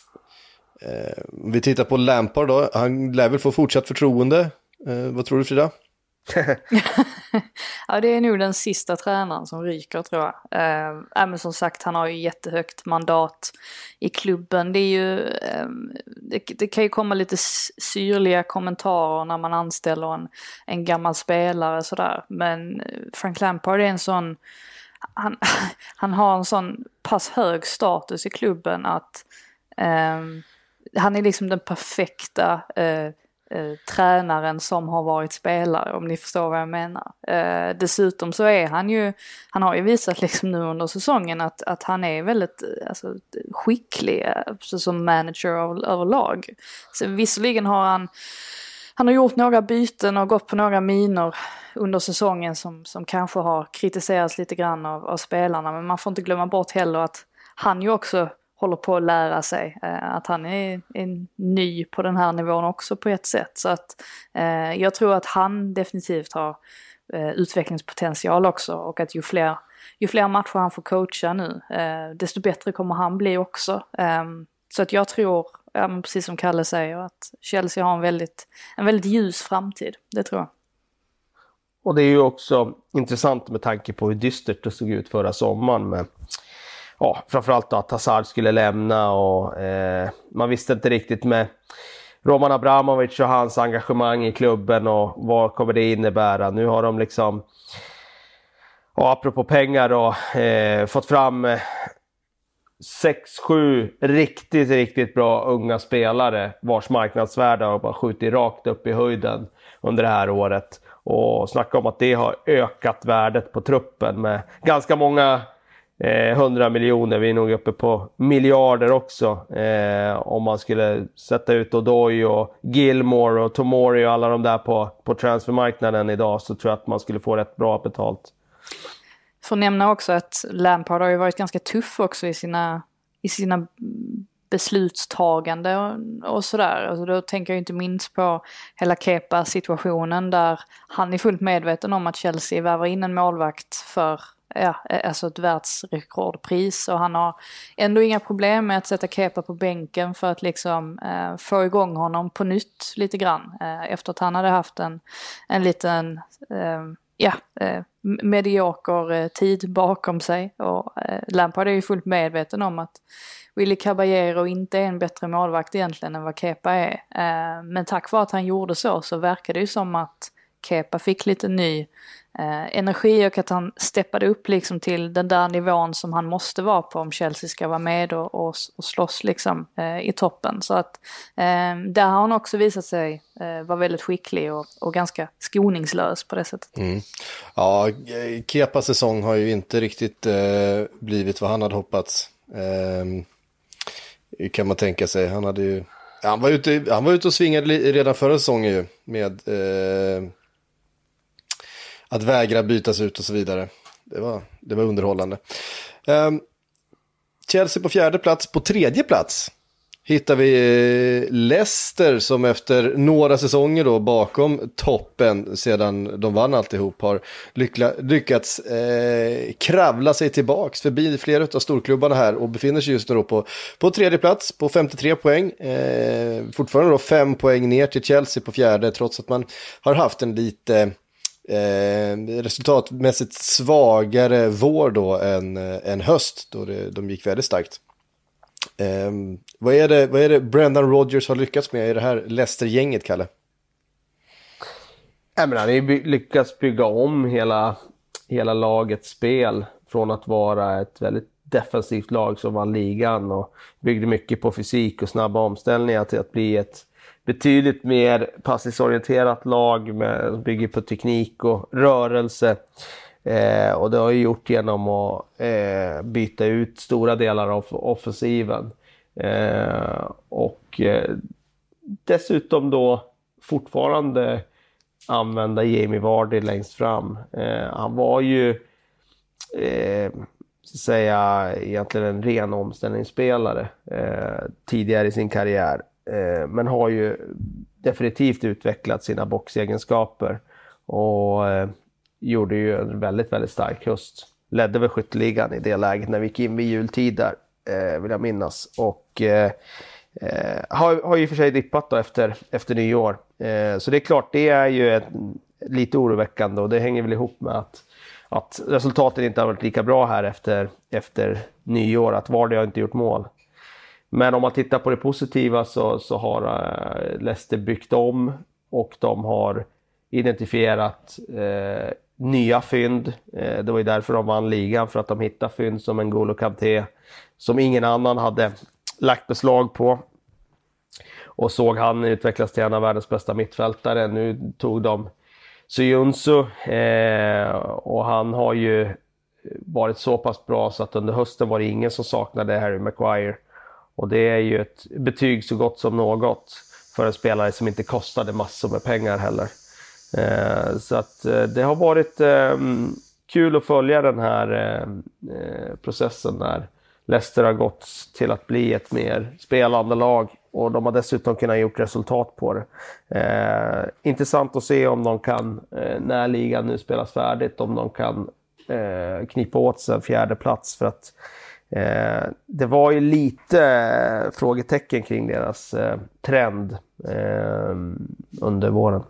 Vi tittar på Lampard då. Han lär väl få fortsatt förtroende. Vad tror du, Frida? Ja, det är nog den sista tränaren som ryker, tror jag. Men som sagt, han har ju jättehögt mandat i klubben. Det är ju det kan ju komma lite syrliga kommentarer när man anställer en gammal spelare sådär. Men Frank Lampard är en sån, han har en sån pass hög status i klubben att han är liksom den perfekta tränaren som har varit spelare, om ni förstår vad jag menar. Dessutom så är han har ju visat liksom nu under säsongen att han är väldigt skicklig som manager överlag. Så visserligen har han har gjort några byten och gått på några minor under säsongen som kanske har kritiserats lite grann av spelarna, men man får inte glömma bort heller att han ju också håller på att lära sig, att han är ny på den här nivån också på ett sätt. Så att jag tror att han definitivt har utvecklingspotential också, och att ju fler matcher han får coacha nu, desto bättre kommer han bli också. Så att jag tror, precis som Kalle säger, att Chelsea har en väldigt ljus framtid, det tror jag. Och det är ju också intressant med tanke på hur dystert det såg ut förra sommaren med framförallt då att Hazard skulle lämna och man visste inte riktigt med Roman Abramovich och hans engagemang i klubben och vad kommer det innebära. Nu har de Och apropå pengar då, fått fram 6-7 riktigt bra unga spelare vars marknadsvärde har bara skjutit rakt upp i höjden under det här året. Och snacka om att det har ökat värdet på truppen med ganska många 100 miljoner. Vi är nog uppe på miljarder också. Om man skulle sätta ut Odoi och Gilmore och Tomori och alla de där på transfermarknaden idag, så tror jag att man skulle få rätt bra betalt. Får nämna också att Lampard har ju varit ganska tuff också i sina beslutstagande och sådär. Alltså då tänker jag inte minst på hela Kepa-situationen där han är fullt medveten om att Chelsea värvar in en målvakt för alltså ett världsrekordpris, och han har ändå inga problem med att sätta Kepa på bänken för att liksom få igång honom på nytt lite grann efter att han hade haft en liten medioker tid bakom sig. Och Lampard är ju fullt medveten om att Willy Caballero inte är en bättre målvakt egentligen än vad Kepa är. Men tack vare att han gjorde så verkar det ju som att Kepa fick lite ny energi och att han steppade upp liksom till den där nivån som han måste vara på om Chelsea ska vara med och slåss liksom i toppen. Så att där har han också visat sig vara väldigt skicklig och ganska skoningslös på det sättet. Ja, Kepas säsong har ju inte riktigt blivit vad han hade hoppats. Kan man tänka sig. Han var ute och svingade redan förra säsongen ju med att vägra bytas ut och så vidare. Det var underhållande. Chelsea på 4:e plats. På 3:e plats hittar vi Leicester som efter några säsonger då bakom toppen sedan de vann alltihop har lyckats kravla sig tillbaks förbi flera av storklubbarna här och befinner sig just nu då på 3:e plats på 53 poäng. Fortfarande då 5 poäng ner till Chelsea på 4:e, trots att man har haft en lite resultatmässigt svagare vår då än höst då de gick väldigt starkt. Vad är det Brendan Rodgers har lyckats med i det här Leicester-gänget, Kalle? Han har lyckats bygga om hela lagets spel från att vara ett väldigt defensivt lag som vann ligan och byggde mycket på fysik och snabba omställningar till att bli ett betydligt mer passningsorienterat lag som bygger på teknik och rörelse. Och det har ju gjort genom att byta ut stora delar av offensiven. Och dessutom då fortfarande använda Jamie Vardy längst fram. Han var ju så att säga egentligen en ren omställningsspelare tidigare i sin karriär. Men har ju definitivt utvecklat sina boxegenskaper och gjorde ju en väldigt, väldigt stark höst. Ledde väl skytteligan i det läget när vi gick in vid jultid där, vill jag minnas. Och har ju för sig dippat då efter nyår. Så det är klart, det är ju lite oroväckande och det hänger väl ihop med att resultaten inte har varit lika bra här efter nyår. Att Vardy har inte gjort mål. Men om man tittar på det positiva så har Leicester byggt om och de har identifierat nya fynd. Det var ju därför de vann ligan, för att de hittade fynd som N'Golo Kanté som ingen annan hade lagt beslag på. Och såg han utvecklas till en av världens bästa mittfältare. Nu tog de Söyuncu och han har ju varit så pass bra så att under hösten var det ingen som saknade Harry Maguire. Och det är ju ett betyg så gott som något för en spelare som inte kostade massor med pengar heller. Så att det har varit kul att följa den här processen där Leicester har gått till att bli ett mer spelande lag. Och de har dessutom kunnat gjort resultat på det. Intressant att se om de kan, när ligan nu spelas färdigt, om de kan knipa åt sig en 4:e plats. För att det var ju lite frågetecken kring deras trend under våren.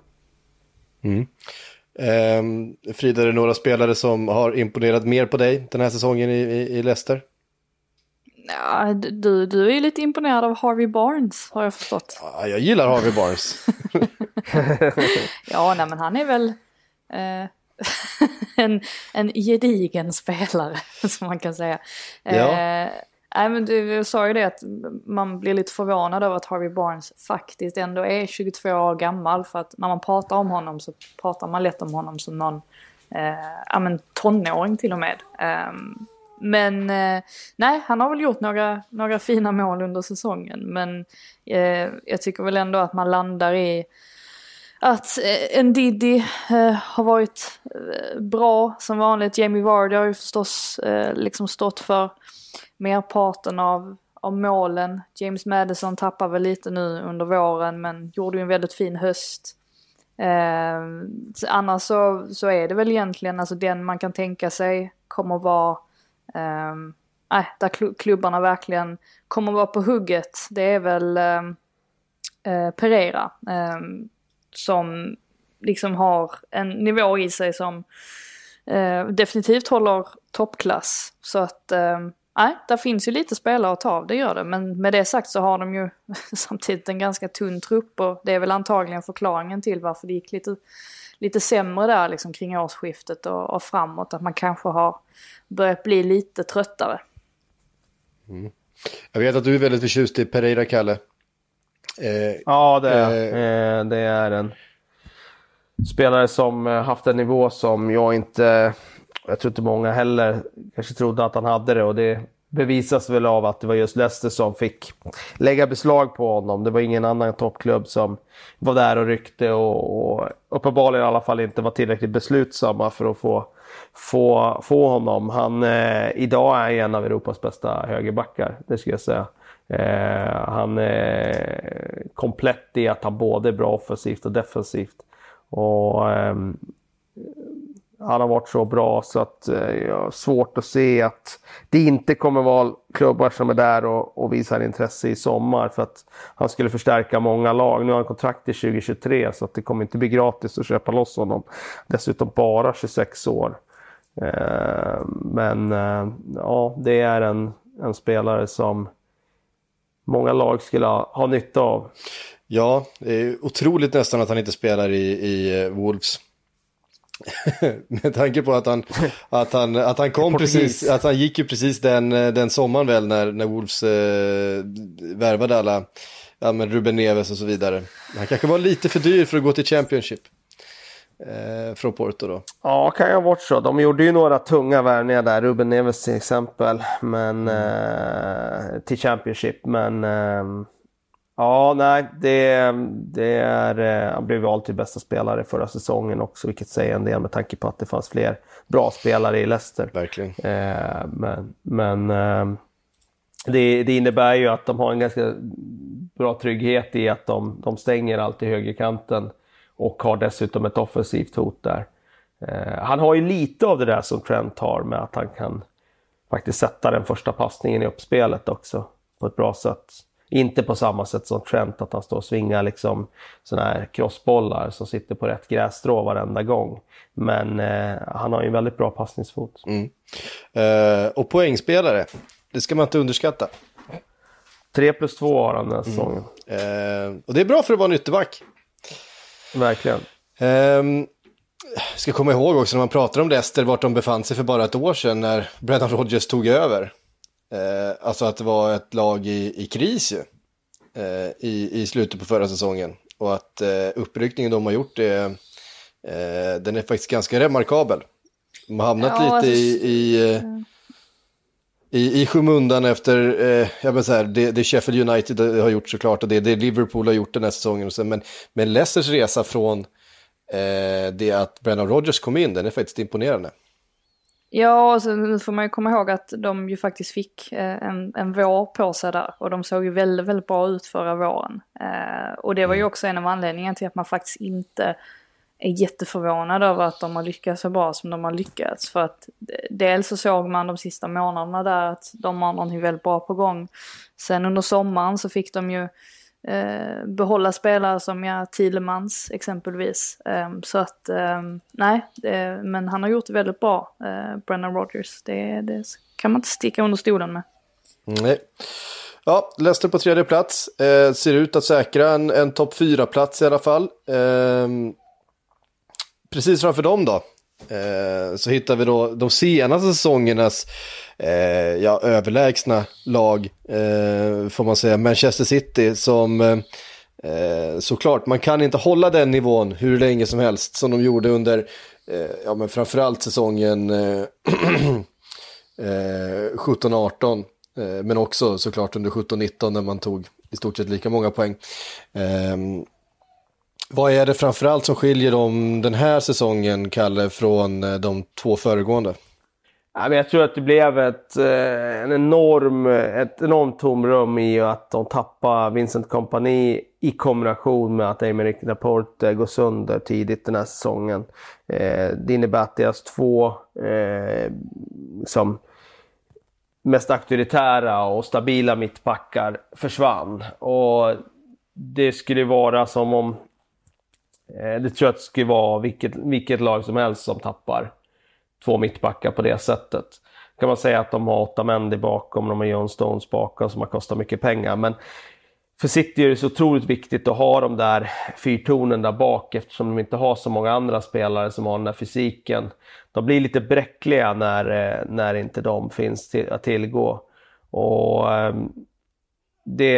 Frida, är det några spelare som har imponerat mer på dig den här säsongen i Leicester? Ja, du är ju lite imponerad av Harvey Barnes, har jag förstått. Ja, jag gillar Harvey Barnes. Ja, nej, men han är väl en gedigen spelare, som man kan säga. Ja. Nej, men du sa ju det att man blir lite förvånad över att Harvey Barnes faktiskt ändå är 22 år gammal. För att när man pratar om honom så pratar man lätt om honom som någon tonåring till och med. Men nej, han har väl gjort några fina mål under säsongen. Men jag tycker väl ändå att man landar i att Ndidi har varit bra som vanligt. Jamie Vardy har ju förstås liksom stått för merparten av målen. James Maddison tappar väl lite nu under våren, men gjorde ju en väldigt fin höst. Annars så är det väl egentligen alltså den man kan tänka sig kommer vara där klubbarna verkligen kommer vara på hugget. Det är väl Pereira som liksom har en nivå i sig som definitivt håller toppklass. Så att där finns ju lite spelare att ta av, det gör det. Men med det sagt så har de ju samtidigt en ganska tunn trupp, och det är väl antagligen förklaringen till varför det gick lite sämre där liksom kring årsskiftet och framåt. Att man kanske har börjat bli lite tröttare. Mm. Jag vet att du är väldigt förtjust i Pereira, Kalle. Ja, det är en spelare som haft en nivå som jag tror inte många heller kanske trodde att han hade det, och det bevisas väl av att det var just Leicester som fick lägga beslag på honom. Det var ingen annan toppklubb som var där och ryckte, och uppenbarligen i alla fall inte var tillräckligt beslutsamma för att få honom. Han idag är en av Europas bästa högerbackar, det ska jag säga. Han är komplett i att han både är bra offensivt och defensivt, och han har varit så bra så att jag har svårt att se att det inte kommer vara klubbar som är där och visar intresse i sommar, för att han skulle förstärka många lag. Nu har han kontrakt till 2023, så att det kommer inte bli gratis att köpa loss honom. Dessutom bara 26 år. Men ja, det är en spelare som många lag skulle ha nytta av. Ja, det är otroligt nästan att han inte spelar i Wolves. Med tanke på att han kom precis, att han gick ju precis den sommaren väl när Wolves värvade alla, Ruben Neves och så vidare. Han kanske var lite för dyr för att gå till Championship från Porto då. Ja, kan jag varit så. De gjorde ju några tunga värvningar där, Ruben Neves till exempel, men till Championship, men ja, nej, det är han blev vald till bästa spelare förra säsongen också, vilket säger en del med tanke på att det fanns fler bra spelare i Leicester. Verkligen. Men det innebär ju att de har en ganska bra trygghet i att de stänger alltid högerkanten och har dessutom ett offensivt hot där. Han har ju lite av det där som Trent har, med att han kan faktiskt sätta den första passningen i uppspelet också på ett bra sätt. Inte på samma sätt som Trent, att han står och svingar liksom såna här crossbollar som sitter på rätt grässtrå varenda gång. Men han har ju en väldigt bra passningsfot. Och poängspelare, det ska man inte underskatta. 3+2 har han den här säsongen. Och det är bra för att vara en ytterback. Verkligen. Ska komma ihåg också när man pratar om Leicester, vart de befann sig för bara ett år sedan när Brendan Rodgers tog över. Alltså att det var ett lag i kris ju, i slutet på förra säsongen. Och att uppryckningen de har gjort den är faktiskt ganska remarkabel. De har hamnat lite i skymundan efter det Sheffield United har gjort såklart, och det Liverpool har gjort den här säsongen. Och sen, men Leicesters resa från det att Brendan Rodgers kom in, den är faktiskt imponerande. Ja, och så får man ju komma ihåg att de ju faktiskt fick en vår på sig där. Och de såg ju väldigt, väldigt bra ut förra våren. Och det var ju också en av anledningarna till att man faktiskt inte är jätteförvånad över att de har lyckats så bra som de har lyckats. För att dels så såg man de sista månaderna där att de har någonting väldigt bra på gång. Sen under sommaren så fick de ju behålla spelare som Tielemans exempelvis. Så att nej, men han har gjort det väldigt bra, Brendan Rodgers. Det kan man inte sticka under stolen med. Nej. Ja, Leicester på 3:e plats. Ser ut att säkra en topp 4-plats i alla fall. Precis framför dem då, så hittar vi då de senaste säsongernas överlägsna lag, får man säga, Manchester City, som såklart, man kan inte hålla den nivån hur länge som helst som de gjorde under men framförallt säsongen 17-18, men också såklart under 17-19 när man tog i stort sett lika många poäng. Vad är det framförallt som skiljer dem den här säsongen, Kalle, från de två föregående? Ja, men jag tror att det blev ett enormt tomrum i att de tappar Vincent Kompany i kombination med att Aymeric Laporte går sönder tidigt den här säsongen. Det innebär att deras två som mest auktoritära och stabila mittbackar försvann. Och det skulle vara som om det tror jag att det skulle vara vilket lag som helst som tappar två mittbackar på det sättet. Kan man säga att de har 8 män bakom, de har John Stones bakom som har kostat mycket pengar. Men för City är det så otroligt viktigt att ha de där fyrtornen där bak, eftersom de inte har så många andra spelare som har den där fysiken. De blir lite bräckliga när inte de finns att tillgå. Och det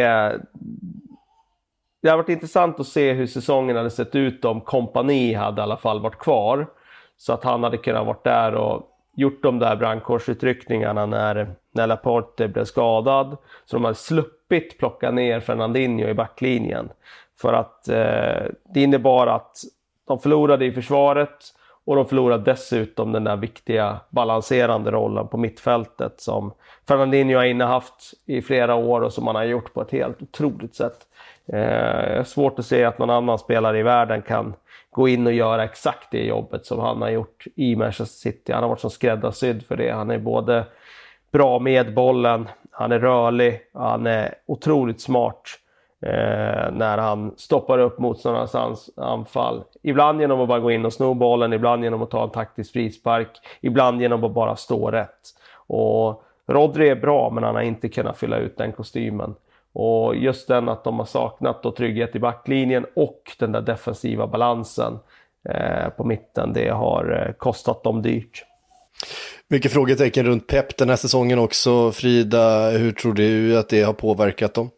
har varit intressant att se hur säsongen hade sett ut om Kompany hade i alla fall varit kvar. Så att han hade kunnat varit där och gjort de där brandkårsutryckningarna när Laporte blev skadad. Så de hade sluppit plocka ner Fernandinho i backlinjen. För att det innebar att de förlorade i försvaret och de förlorade dessutom den där viktiga balanserande rollen på mittfältet som Fernandinho har innehaft i flera år och som han har gjort på ett helt otroligt sätt. Svårt att se att någon annan spelare i världen kan gå in och göra exakt det jobbet som han har gjort i Manchester City. Han har varit som skräddarsydd för det. Han är både bra med bollen, han är rörlig, han är otroligt smart när han stoppar upp motståndarnas anfall. Ibland genom att bara gå in och sno bollen, ibland genom att ta en taktisk frispark, ibland genom att bara stå rätt. Och Rodri är bra, men han har inte kunnat fylla ut den kostymen. Och just den att de har saknat då trygghet i backlinjen och den där defensiva balansen på mitten, det har kostat dem dyrt. Mycket frågetecken runt Pep den här säsongen också. Frida, hur tror du att det har påverkat dem?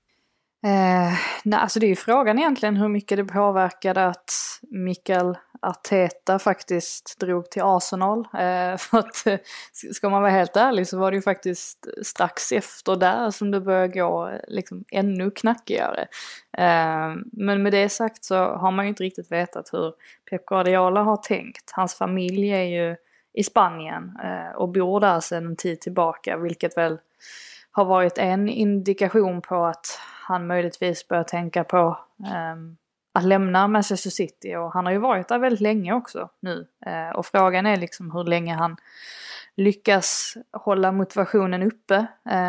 Nej, alltså det är ju frågan egentligen hur mycket det påverkade att Mikel Arteta faktiskt drog till Arsenal. För att ska man vara helt ärlig så var det ju faktiskt strax efter där som det började gå liksom ännu knackigare. Men med det sagt så har man ju inte riktigt vetat hur Pep Guardiola har tänkt. Hans familj är ju i Spanien och bor där sedan en tid tillbaka, vilket väl har varit en indikation på att han möjligtvis börjar tänka på att lämna Manchester City. Och han har ju varit där väldigt länge också nu. Och frågan är liksom hur länge han lyckas hålla motivationen uppe.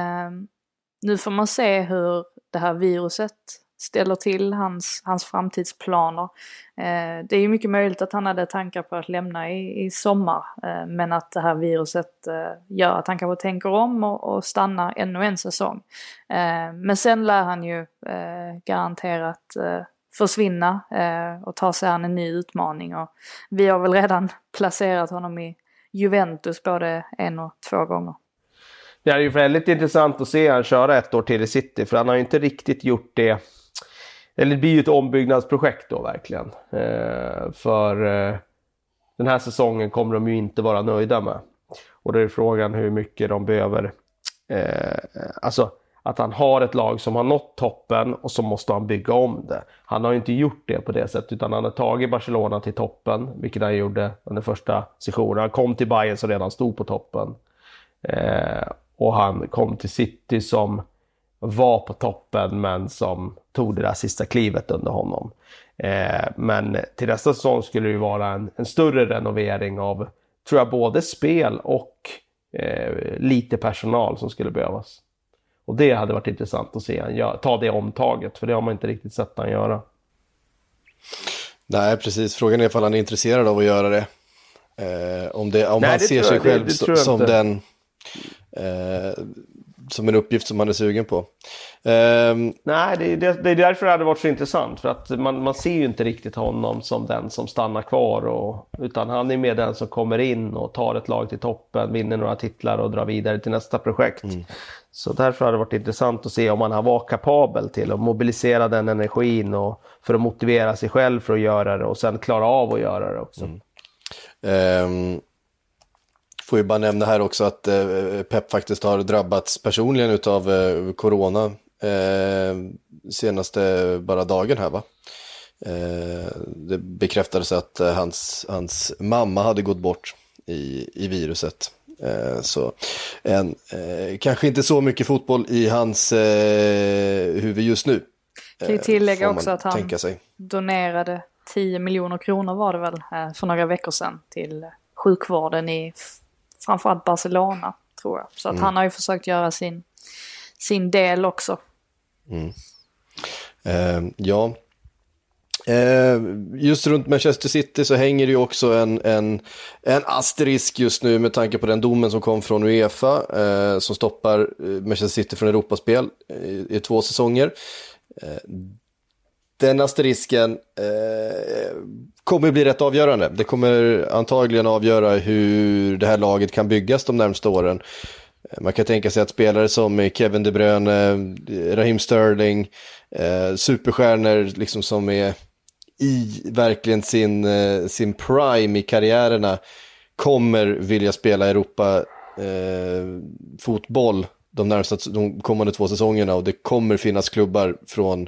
Nu får man se hur det här viruset ställer till hans framtidsplaner. Det är ju mycket möjligt att han hade tankar på att lämna i sommar. Men att det här viruset gör att han kanske tänker om och stannar ännu en säsong. Men sen lär han ju garanterat försvinna och ta sig an en ny utmaning. Och vi har väl redan placerat honom i Juventus både 1 och 2 gånger. Det är ju väldigt intressant att se han köra 1 år till i City, för han har ju inte riktigt gjort det. Eller det blir ju ett ombyggnadsprojekt då verkligen. För den här säsongen kommer de ju inte vara nöjda med. Och det är frågan hur mycket de behöver. Alltså att han har ett lag som har nått toppen och så måste han bygga om det. Han har ju inte gjort det på det sättet, utan han har tagit Barcelona till toppen, vilket han gjorde under första sessionen. Han kom till Bayern som redan stod på toppen. Och han kom till City som var på toppen men som tog det där sista klivet under honom. Men till nästa säsong skulle det ju vara en större renovering av, tror jag, både spel och lite personal som skulle behövas. Och det hade varit intressant att se han ta det omtaget, för det har man inte riktigt sett han göra. Nej, precis. Frågan är ifall han är intresserad av att göra det. Om han ser sig själv som som en uppgift som man är sugen på. Nej, det är därför det hade varit så intressant. För att man ser ju inte riktigt honom som den som stannar kvar. Utan han är med den som kommer in och tar ett lag till toppen, vinner några titlar och drar vidare till nästa projekt. Så därför hade det varit intressant att se om han var kapabel till att mobilisera den energin och för att motivera sig själv för att göra det och sen klara av att göra det också. Får ju bara nämna här också att Pep faktiskt har drabbats personligen utav corona senaste bara dagen här, va? Det bekräftades att hans mamma hade gått bort i viruset. Så kanske inte så mycket fotboll i hans huvud just nu. Kan ju tillägga också att han donerade 10 miljoner kronor var det väl för några veckor sedan till sjukvården i framförallt Barcelona, tror jag. Så att han har ju försökt göra sin del också. Ja. Just runt Manchester City så hänger det ju också en asterisk just nu med tanke på den domen som kom från UEFA som stoppar Manchester City från Europaspel i 2 säsonger. Den asterisken kommer bli rätt avgörande. Det kommer antagligen avgöra hur det här laget kan byggas de närmaste åren. Man kan tänka sig att spelare som Kevin De Bruyne, Raheem Sterling, superstjärnor liksom som är i verkligen sin prime i karriärerna kommer vilja spela Europa fotboll de kommande 2 säsongerna, och det kommer finnas klubbar från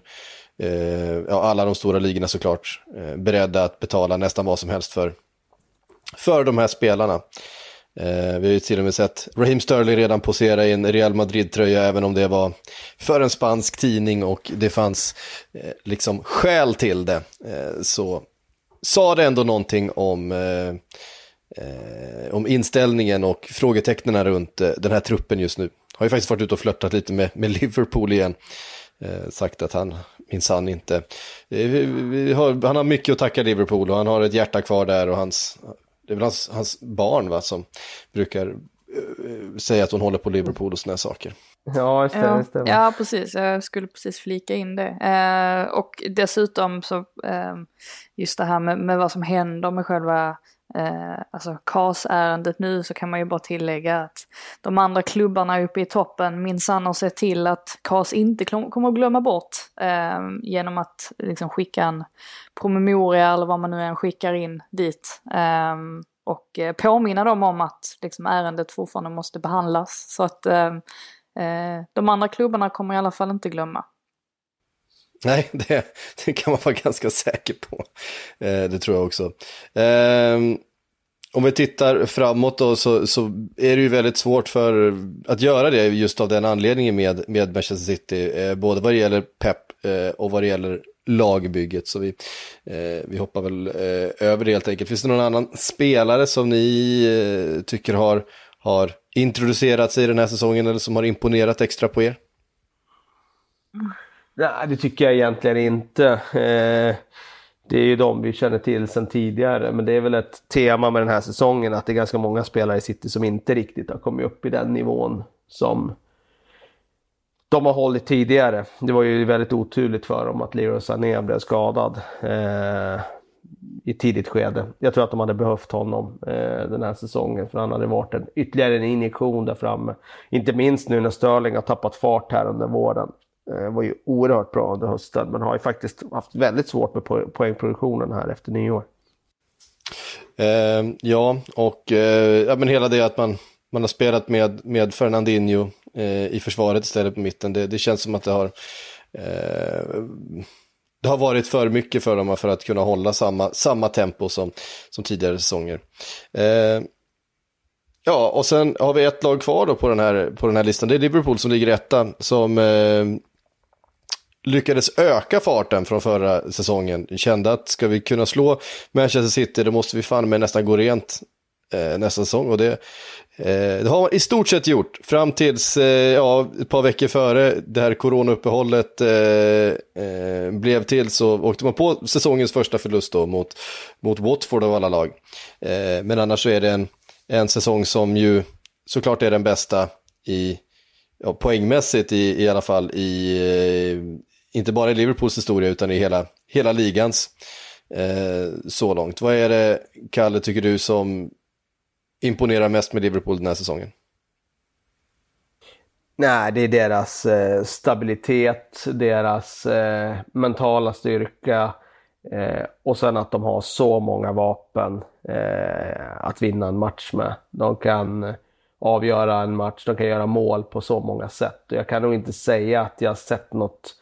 alla de stora ligorna såklart beredda att betala nästan vad som helst för de här spelarna. Vi har ju till och med sett Raheem Sterling redan posera i en Real Madrid-tröja, även om det var för en spansk tidning och det fanns liksom skäl till det. Så sa det ändå någonting om inställningen och frågetecknen runt den här truppen just nu. Har ju faktiskt varit ute och flörtat lite med Liverpool igen. Sagt att han minsann inte... Han har mycket att tacka Liverpool och han har ett hjärta kvar där, och det är väl hans barn, va, som brukar säga att hon håller på Liverpool och såna här saker. Ja, just det. Ja, precis. Jag skulle precis flika in det. Och dessutom så just det här med vad som händer med själva alltså KAS-ärendet nu, så kan man ju bara tillägga att de andra klubbarna uppe i toppen minsann har sett till att KAS inte kommer att glömma bort genom att liksom skicka en promemoria eller vad man nu än skickar in dit och påminna dem om att liksom ärendet fortfarande måste behandlas, så att de andra klubbarna kommer i alla fall inte glömma. Nej, det kan man vara ganska säker på. Det tror jag också. Om vi tittar framåt då, så är det ju väldigt svårt för att göra det just av den anledningen med Manchester City. Både vad det gäller Pep och vad det gäller lagbygget. Så vi hoppar väl över det helt enkelt. Finns det någon annan spelare som ni tycker har introducerats i den här säsongen eller som har imponerat extra på er? Nej, det tycker jag egentligen inte. Det är ju de vi känner till sedan tidigare. Men det är väl ett tema med den här säsongen att det är ganska många spelare i City som inte riktigt har kommit upp i den nivån som de har hållit tidigare. Det var ju väldigt oturligt för dem att Leroy Sané blev skadad i tidigt skede. Jag tror att de hade behövt honom den här säsongen, för han hade varit ytterligare en injektion där framme. Inte minst nu när Sterling har tappat fart här under våren. Var ju oerhört bra under hösten, men har ju faktiskt haft väldigt svårt med poängproduktionen här efter nyår. Men hela det att man har spelat med Fernandinho i försvaret istället på mitten, det känns som att det har varit för mycket för dem för att kunna hålla samma tempo som tidigare säsonger. Ja, och sen har vi ett lag kvar då på den här listan. Det är Liverpool som ligger etta, som lyckades öka farten från förra säsongen. Kände att ska vi kunna slå Manchester City, då måste vi fan med nästan gå rent nästa säsong. Och det har man i stort sett gjort fram tills ett par veckor före det här coronauppehållet blev till, så åkte man på säsongens första förlust då mot Watford av alla lag. Men annars så är det en säsong som ju såklart är den bästa poängmässigt i alla fall inte bara i Liverpools historia utan i hela ligans så långt. Vad är det, Kalle, tycker du som imponerar mest med Liverpool den här säsongen? Nej, det är deras stabilitet, deras mentala styrka och sen att de har så många vapen att vinna en match med. De kan avgöra en match, de kan göra mål på så många sätt. Och jag kan nog inte säga att jag har sett något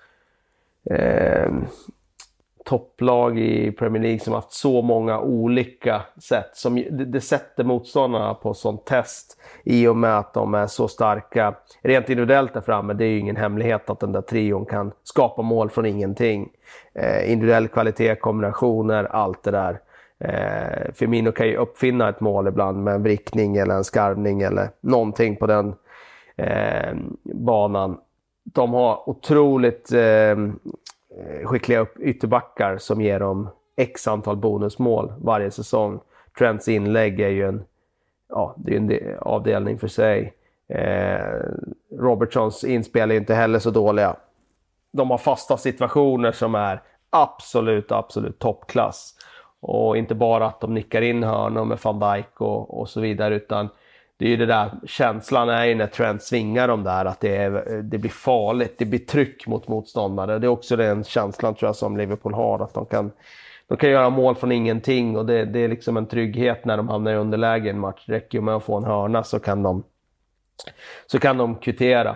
topplag i Premier League som haft så många olika sätt. Som det sätter motståndarna på sånt test i och med att de är så starka. Rent individuellt där framme, det är ju ingen hemlighet att den där trion kan skapa mål från ingenting. Individuell kvalitet, kombinationer, allt det där. Firmino kan ju uppfinna ett mål ibland med en vrickning eller en skarvning eller någonting på den banan. De har otroligt skickliga ytterbackar som ger dem x antal bonusmål varje säsong. Trents inlägg är ju en avdelning för sig. Robertsons inspel är inte heller så dåliga. De har fasta situationer som är absolut toppklass. Och inte bara att de nickar in hörnor med Van Dijk och så vidare, utan det är ju det där, känslan är ju när Trent svingar dem där att det blir farligt, det blir tryck mot motståndare. Det är också den känslan tror jag som Liverpool har, att de kan göra mål från ingenting och det är liksom en trygghet när de hamnar i underläge i en match. Det räcker ju med att få en hörna så kan de kvittera.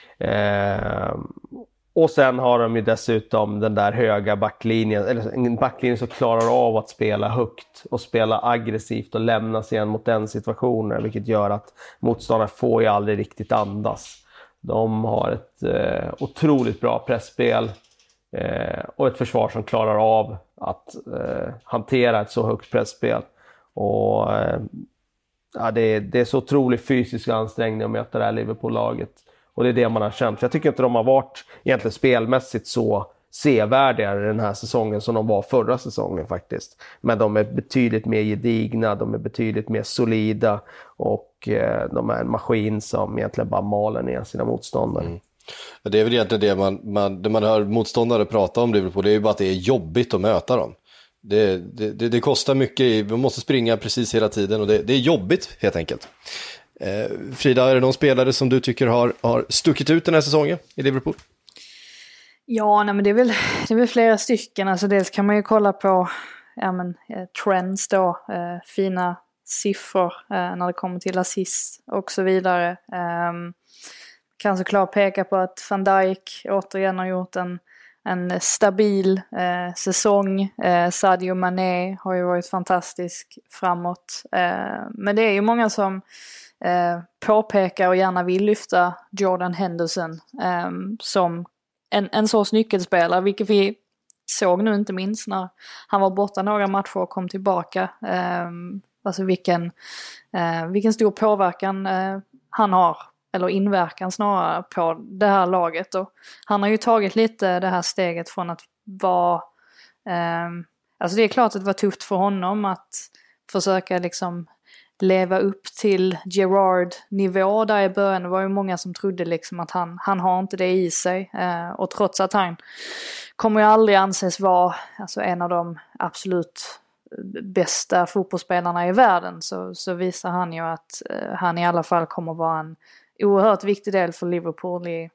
Och sen har de ju dessutom den där höga backlinjen, eller en backlinje som klarar av att spela högt och spela aggressivt och lämna sig igen mot den situationen, vilket gör att motståndare får ju aldrig riktigt andas. De har ett otroligt bra pressspel och ett försvar som klarar av att hantera ett så högt pressspel. Och det är så otroligt fysisk ansträngning att möta det här Liverpool-laget. Och det är det man har känt. För jag tycker inte de har varit egentligen spelmässigt så sevärdigare den här säsongen som de var förra säsongen faktiskt. Men de är betydligt mer gedigna, de är betydligt mer solida och de är en maskin som egentligen bara maler ner sina motståndare. Mm. Det är väl egentligen det man hör motståndare prata om Liverpool, det är ju bara att det är jobbigt att möta dem. Det kostar mycket, vi måste springa precis hela tiden och det är jobbigt helt enkelt. Frida, är det någon spelare som du tycker har stuckit ut den här säsongen i Liverpool? Ja, nej, men det är väl flera stycken. Alltså dels kan man ju kolla på trends då, fina siffror när det kommer till assist och så vidare. Kan såklart peka på att Van Dijk återigen har gjort en stabil säsong. Sadio Mané har ju varit fantastisk framåt. Men det är ju många som påpekar och gärna vill lyfta Jordan Henderson som en sorts nyckelspelare, vilket vi såg nu inte minst när han var borta några matcher och kom tillbaka. Alltså vilken stor påverkan han har, eller inverkan snarare, på det här laget. Och han har ju tagit lite det här steget från att vara alltså det är klart att det var tufft för honom att försöka liksom leva upp till Gerrard-nivå där i början. Det var ju många som trodde liksom att han har inte det i sig. Och trots att han kommer ju aldrig anses vara alltså en av de absolut bästa fotbollsspelarna i världen, så visar han ju att han i alla fall kommer vara en oerhört viktig del för Liverpool i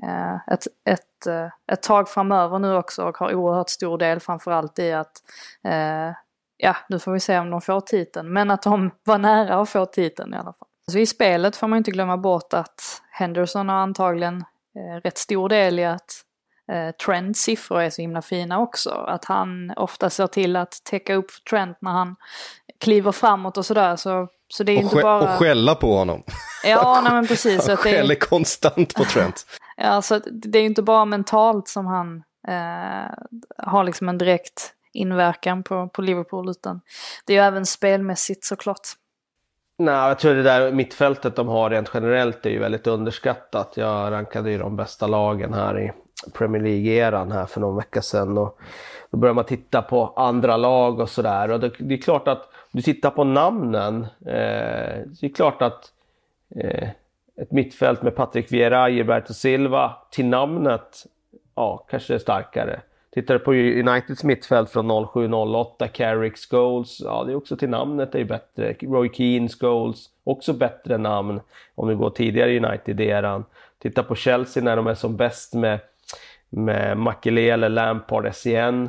ett tag framöver nu också, och har oerhört stor del framförallt i att nu får vi se om de får titeln, men att de var nära att få titeln i alla fall. Så i spelet får man inte glömma bort att Henderson har antagligen rätt stor del i att Trents siffror är så himla fina också. Att han ofta ser till att täcka upp för Trent när han kliver framåt och sådär. Så det är inte bara... Och skälla på honom. Ja, nej, men precis. Han skäller konstant på Trent. Ja, så det är inte bara mentalt som han har liksom en direkt inverkan på Liverpool, utan det är ju även spelmässigt såklart. Nej, jag tror det där mittfältet de har rent generellt är ju väldigt underskattat. Jag rankade ju de bästa lagen här i Premier League-eran här för någon vecka sedan, och då börjar man titta på andra lag och sådär, och det är klart att du tittar på namnen, det är klart att ett mittfält med Patrick Vieira, Gilberto Silva till namnet, ja, kanske är starkare. Tittar du på Uniteds mittfält från 07-08, Carrick, Scholes, ja, det är också till namnet är ju bättre. Roy Keane, Scholes, också bättre namn om du går tidigare i United-eran. Titta på Chelsea när de är som bäst med Makelele, Lampard, Essien,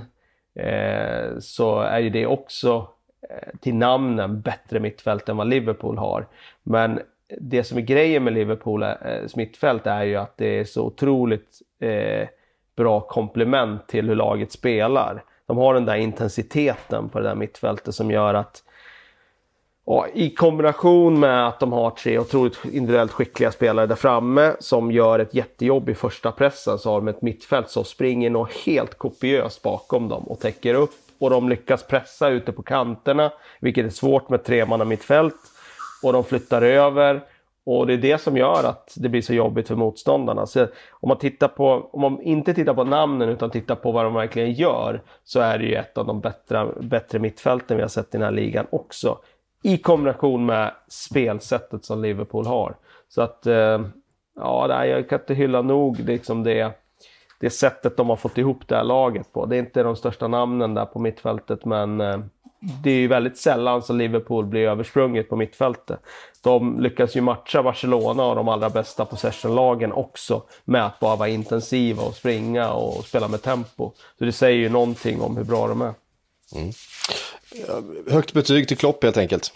så är ju det också till namnen bättre mittfält än vad Liverpool har. Men det som är grejen med Liverpools mittfält är ju att det är så otroligt bra komplement till hur laget spelar. De har den där intensiteten på det där mittfältet som gör att, och i kombination med att de har 3 otroligt individuellt skickliga spelare där framme som gör ett jättejobb i första pressen, så har de ett mittfält som springer nog helt kopiöst bakom dem och täcker upp, och de lyckas pressa ute på kanterna, vilket är svårt med 3-manna mittfält, och de flyttar över, och det är det som gör att det blir så jobbigt för motståndarna. Så om man inte tittar på namnen utan tittar på vad de verkligen gör, så är det ju ett av de bättre mittfälten vi har sett i den här ligan också, i kombination med spelsättet som Liverpool har. Så att ja, jag kan inte hylla nog liksom det sättet de har fått ihop det här laget på. Det är inte de största namnen där på mittfältet, men det är ju väldigt sällan som Liverpool blir översprunget på mittfältet. De lyckas ju matcha Barcelona och de allra bästa possession-lagen också med att bara vara intensiva och springa och spela med tempo. Så det säger ju någonting om hur bra de är. Mm. Högt betyg till Klopp helt enkelt.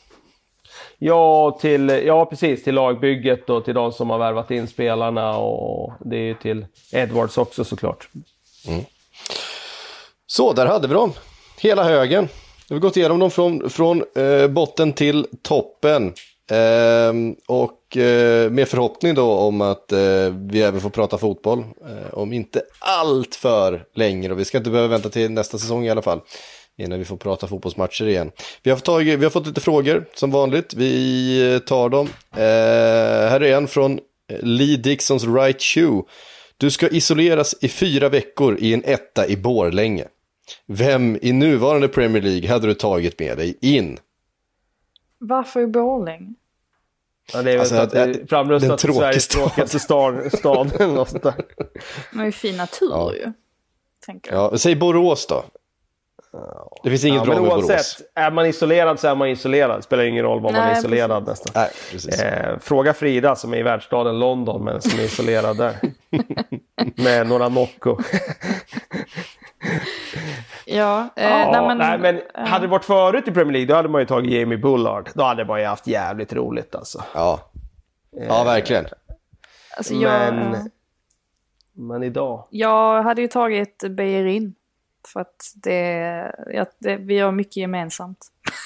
Ja, precis, till lagbygget och till de som har värvat in spelarna, och det är ju till Edwards också såklart. Mm. Så, där hade vi dem. Hela högen. Vi har gått igenom dem från botten till toppen. Och med förhoppning då om att vi även får prata fotboll. Om inte allt för länge, och vi ska inte behöva vänta till nästa säsong i alla fall, innan vi får prata fotbollsmatcher igen. Vi har fått lite frågor som vanligt. Vi tar dem. Här är en från Lee Dixons Right Shoe. Du ska isoleras i 4 veckor i en etta i Borlänge. Vem i nuvarande Premier League hade du tagit med dig in? Varför i Borlänge? Ja, det är väl att det framröstat till Sveriges tråkigaste stad. Det är ju fin natur ju. Tänker jag. Ja, säg Borås då. Det finns inget bra med Borås. Är man isolerad så är man isolerad. Det spelar ingen roll var man är isolerad nästan. Nej, precis. Fråga Frida som är i världsstaden London men som är isolerad där. Med några Nocco. Men hade det varit förut i Premier League, då hade man ju tagit Jamie Bullard. Då hade man ju haft jävligt roligt alltså. Ja, verkligen. Alltså, men idag. Jag hade ju tagit Beirin. För att vi har mycket gemensamt.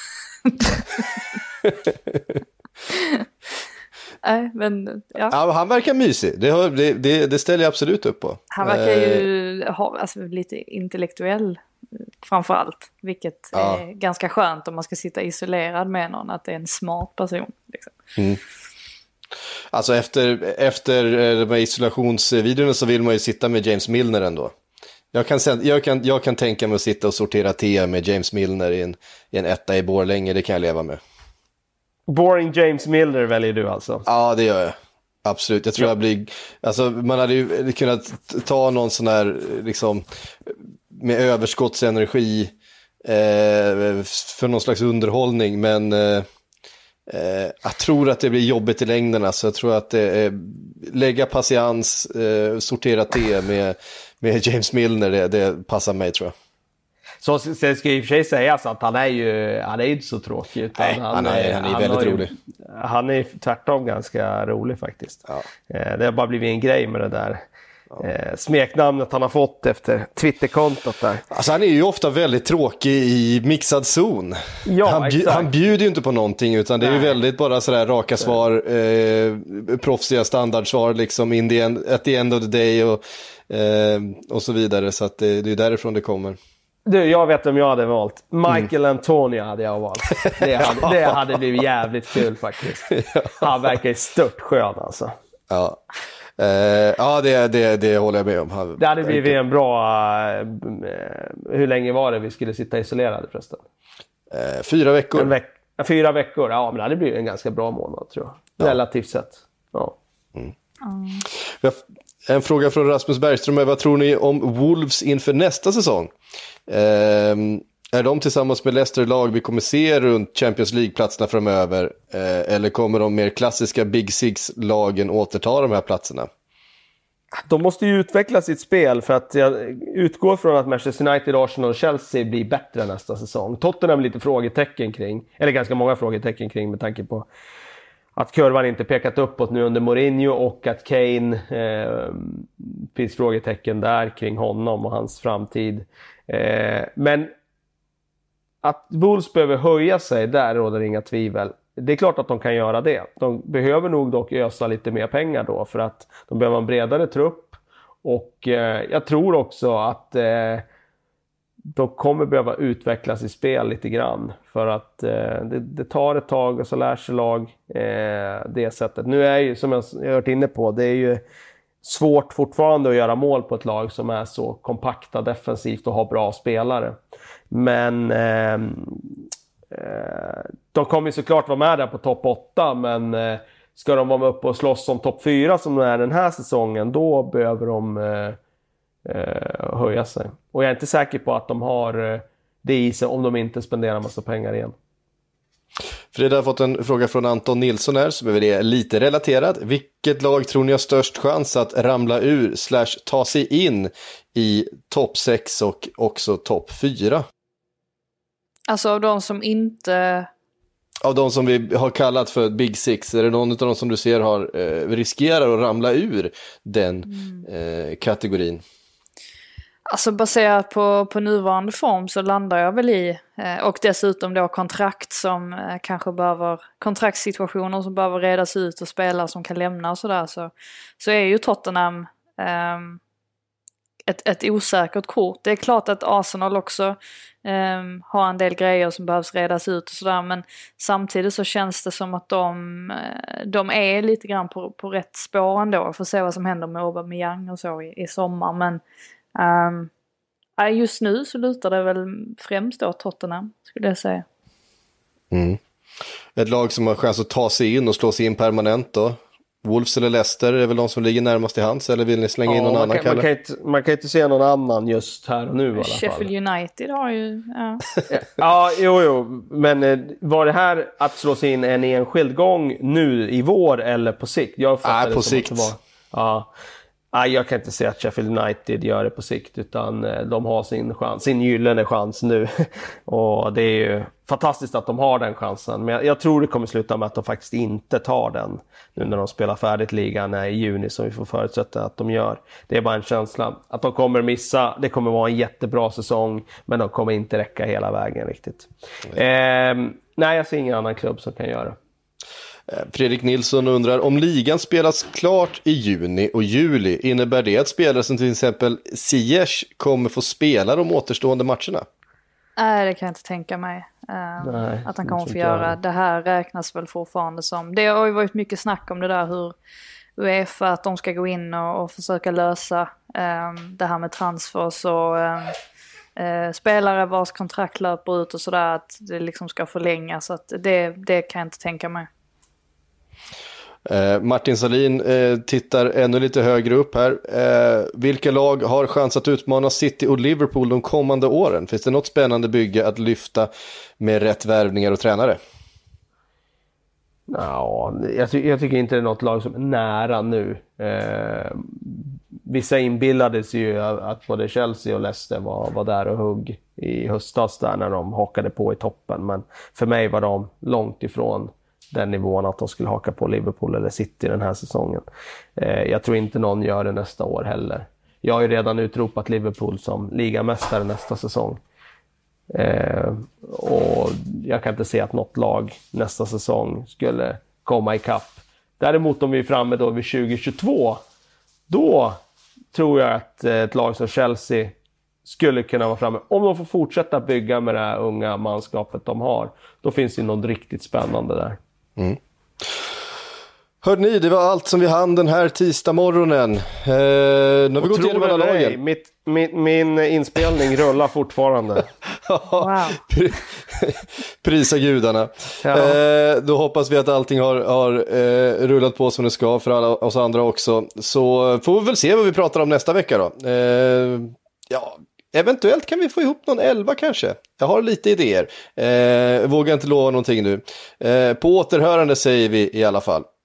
Men, ja. Ja, han verkar mysig. Det ställer jag absolut upp på. Han verkar ju ha lite intellektuell framförallt. Vilket är ganska skönt om man ska sitta isolerad med någon. Att det är en smart person. Liksom. Mm. Alltså efter de här isolationsvideorna så vill man ju sitta med James Milner ändå. Jag kan tänka mig att sitta och sortera te med James Milner i en etta i Borlänge. Det kan jag leva med. Boring James Milner väljer du alltså? Ja, det gör jag. Absolut. Jag tror jag blir... Alltså, man hade ju kunnat ta någon sån här liksom, med överskottsenergi för någon slags underhållning. Men jag tror att det blir jobbigt i längden. Alltså, jag tror att lägga patiens, sortera te med James Milner, det passar mig tror jag. Så ska jag i och för sig säga så att han är ju inte så tråkig. Nej, han är väldigt rolig. Han är tvärtom ganska rolig faktiskt. Ja. Det har bara blivit en grej med det där smeknamnet han har fått efter Twitterkontot där. Alltså han är ju ofta väldigt tråkig i mixad zon. Ja, han bjuder ju inte på någonting utan det är ju väldigt bara sådär raka svar, proffsiga standardsvar liksom at the end of the day och så vidare. Så att det är därifrån det kommer. Du, jag vet om jag hade valt. Michael Antonio hade jag valt. Det hade blivit jävligt kul faktiskt. Han verkar ju stört skön alltså. Ja. Det håller jag med om. Det hade blivit en bra... hur länge var det vi skulle sitta isolerade förresten? 4 veckor. 4 veckor, ja men det hade blivit en ganska bra månad tror jag. Relativt sett. Ja. En fråga från Rasmus Bergström är: vad tror ni om Wolves inför nästa säsong? Är de tillsammans med Leicester-lag vi kommer se runt Champions League-platserna framöver? Eller kommer de mer klassiska Big Six-lagen återta de här platserna? De måste ju utveckla sitt spel, för att jag utgår från att Manchester United, Arsenal och Chelsea blir bättre nästa säsong. Tottenham lite frågetecken kring, eller ganska många frågetecken kring, med tanke på att kurvan inte pekat uppåt nu under Mourinho, och att Kane finns frågetecken där kring honom och hans framtid. Men att Wolves behöver höja sig, där råder inga tvivel. Det är klart att de kan göra det. De behöver nog dock ösa lite mer pengar då, för att de behöver en bredare trupp. Och jag tror också att de kommer behöva utvecklas i spel lite grann. För att det tar ett tag, och så lär sig lag det sättet. Nu är ju, som jag har varit inne på, det är ju svårt fortfarande att göra mål på ett lag som är så kompakta defensivt och har bra spelare. Men de kommer ju såklart vara med där på topp 8, men ska de vara uppe och slåss som topp 4 som de är den här säsongen, då behöver de höja sig. Och jag är inte säker på att de har det i sig om de inte spenderar massa pengar igen. Fredrik har fått en fråga från Anton Nilsson här, som är lite relaterad. Vilket lag tror ni har störst chans att ramla ur / ta sig in i topp 6 och också topp 4? Alltså av de som inte... Av de som vi har kallat för Big Six, är det någon av dem som du ser riskerar att ramla ur den kategorin? Alltså baserat på nuvarande form så landar jag väl i, och dessutom då kontrakt som kanske behöver, kontraktssituationer som behöver redas ut och spelare som kan lämna och sådär, så är ju Tottenham ett osäkert kort. Det är klart att Arsenal också har en del grejer som behövs redas ut och sådär, men samtidigt så känns det som att de är lite grann på rätt spår ändå. Får se vad som händer med Aubameyang och så i sommar, men just nu så lutar det väl främst då Tottenham, skulle jag säga. Ett lag som har chans att ta sig in och slå sig in permanent då. Wolves eller Leicester är väl de som ligger närmast i hands, eller vill ni slänga in någon annan? Man kan inte se någon annan just här och nu i alla fall. Sheffield United har ju... Ja, jo, men var det här att slå sig in en enskild gång nu i vår eller på sikt? På sikt. Jag kan inte säga att Sheffield United gör det på sikt, utan de har sin gyllene chans nu. Och det är ju fantastiskt att de har den chansen. Men jag tror det kommer sluta med att de faktiskt inte tar den nu när de spelar färdigt ligan i juni, som vi får förutsätta att de gör. Det är bara en känsla att de kommer missa. Det kommer vara en jättebra säsong, men de kommer inte räcka hela vägen riktigt. Nej, jag ser ingen annan klubb som kan göra. Fredrik Nilsson undrar: om ligan spelas klart i juni och juli, innebär det att spelare som till exempel Ziyech kommer få spela de återstående matcherna? Nej, det kan jag inte tänka mig att han kommer få göra. Det här räknas väl fortfarande som... Det har ju varit mycket snack om det där, hur UEFA, att de ska gå in och försöka lösa det här med transfers och spelare vars kontrakt löper ut och sådär, att det liksom ska förlängas. Så att det kan jag inte tänka mig. Martin Salin tittar ännu lite högre upp här. Vilka lag har chans att utmana City och Liverpool de kommande åren? Finns det något spännande bygge att lyfta med rätt värvningar och tränare? Ja, jag tycker inte det är något lag som är nära nu. Vissa inbillades ju att både Chelsea och Leicester var där och hugg i höstas där när de hakade på i toppen. Men för mig var de långt ifrån den nivån att de skulle haka på Liverpool eller City den här säsongen. Jag tror inte någon gör det nästa år heller. Jag har ju redan utropat Liverpool som ligamästare nästa säsong. Och jag kan inte se att något lag nästa säsong skulle komma ikapp. Däremot om vi är framme då vid 2022, då tror jag att ett lag som Chelsea skulle kunna vara framme. Om de får fortsätta bygga med det här unga manskapet de har, då finns det något riktigt spännande där. Hörde ni, det var allt som vi hann den här tisdagsmorgonen. Nu har vi gått igenom alla lagen. Min inspelning rullar fortfarande. Wow. Prisa gudarna. Ja. Då hoppas vi att allting har rullat på som det ska för alla oss andra också. Så får vi väl se vad vi pratar om nästa vecka då. Ja, eventuellt kan vi få ihop någon 11 kanske. Jag har lite idéer. Vågar inte lova någonting nu. På återhörande säger vi i alla fall.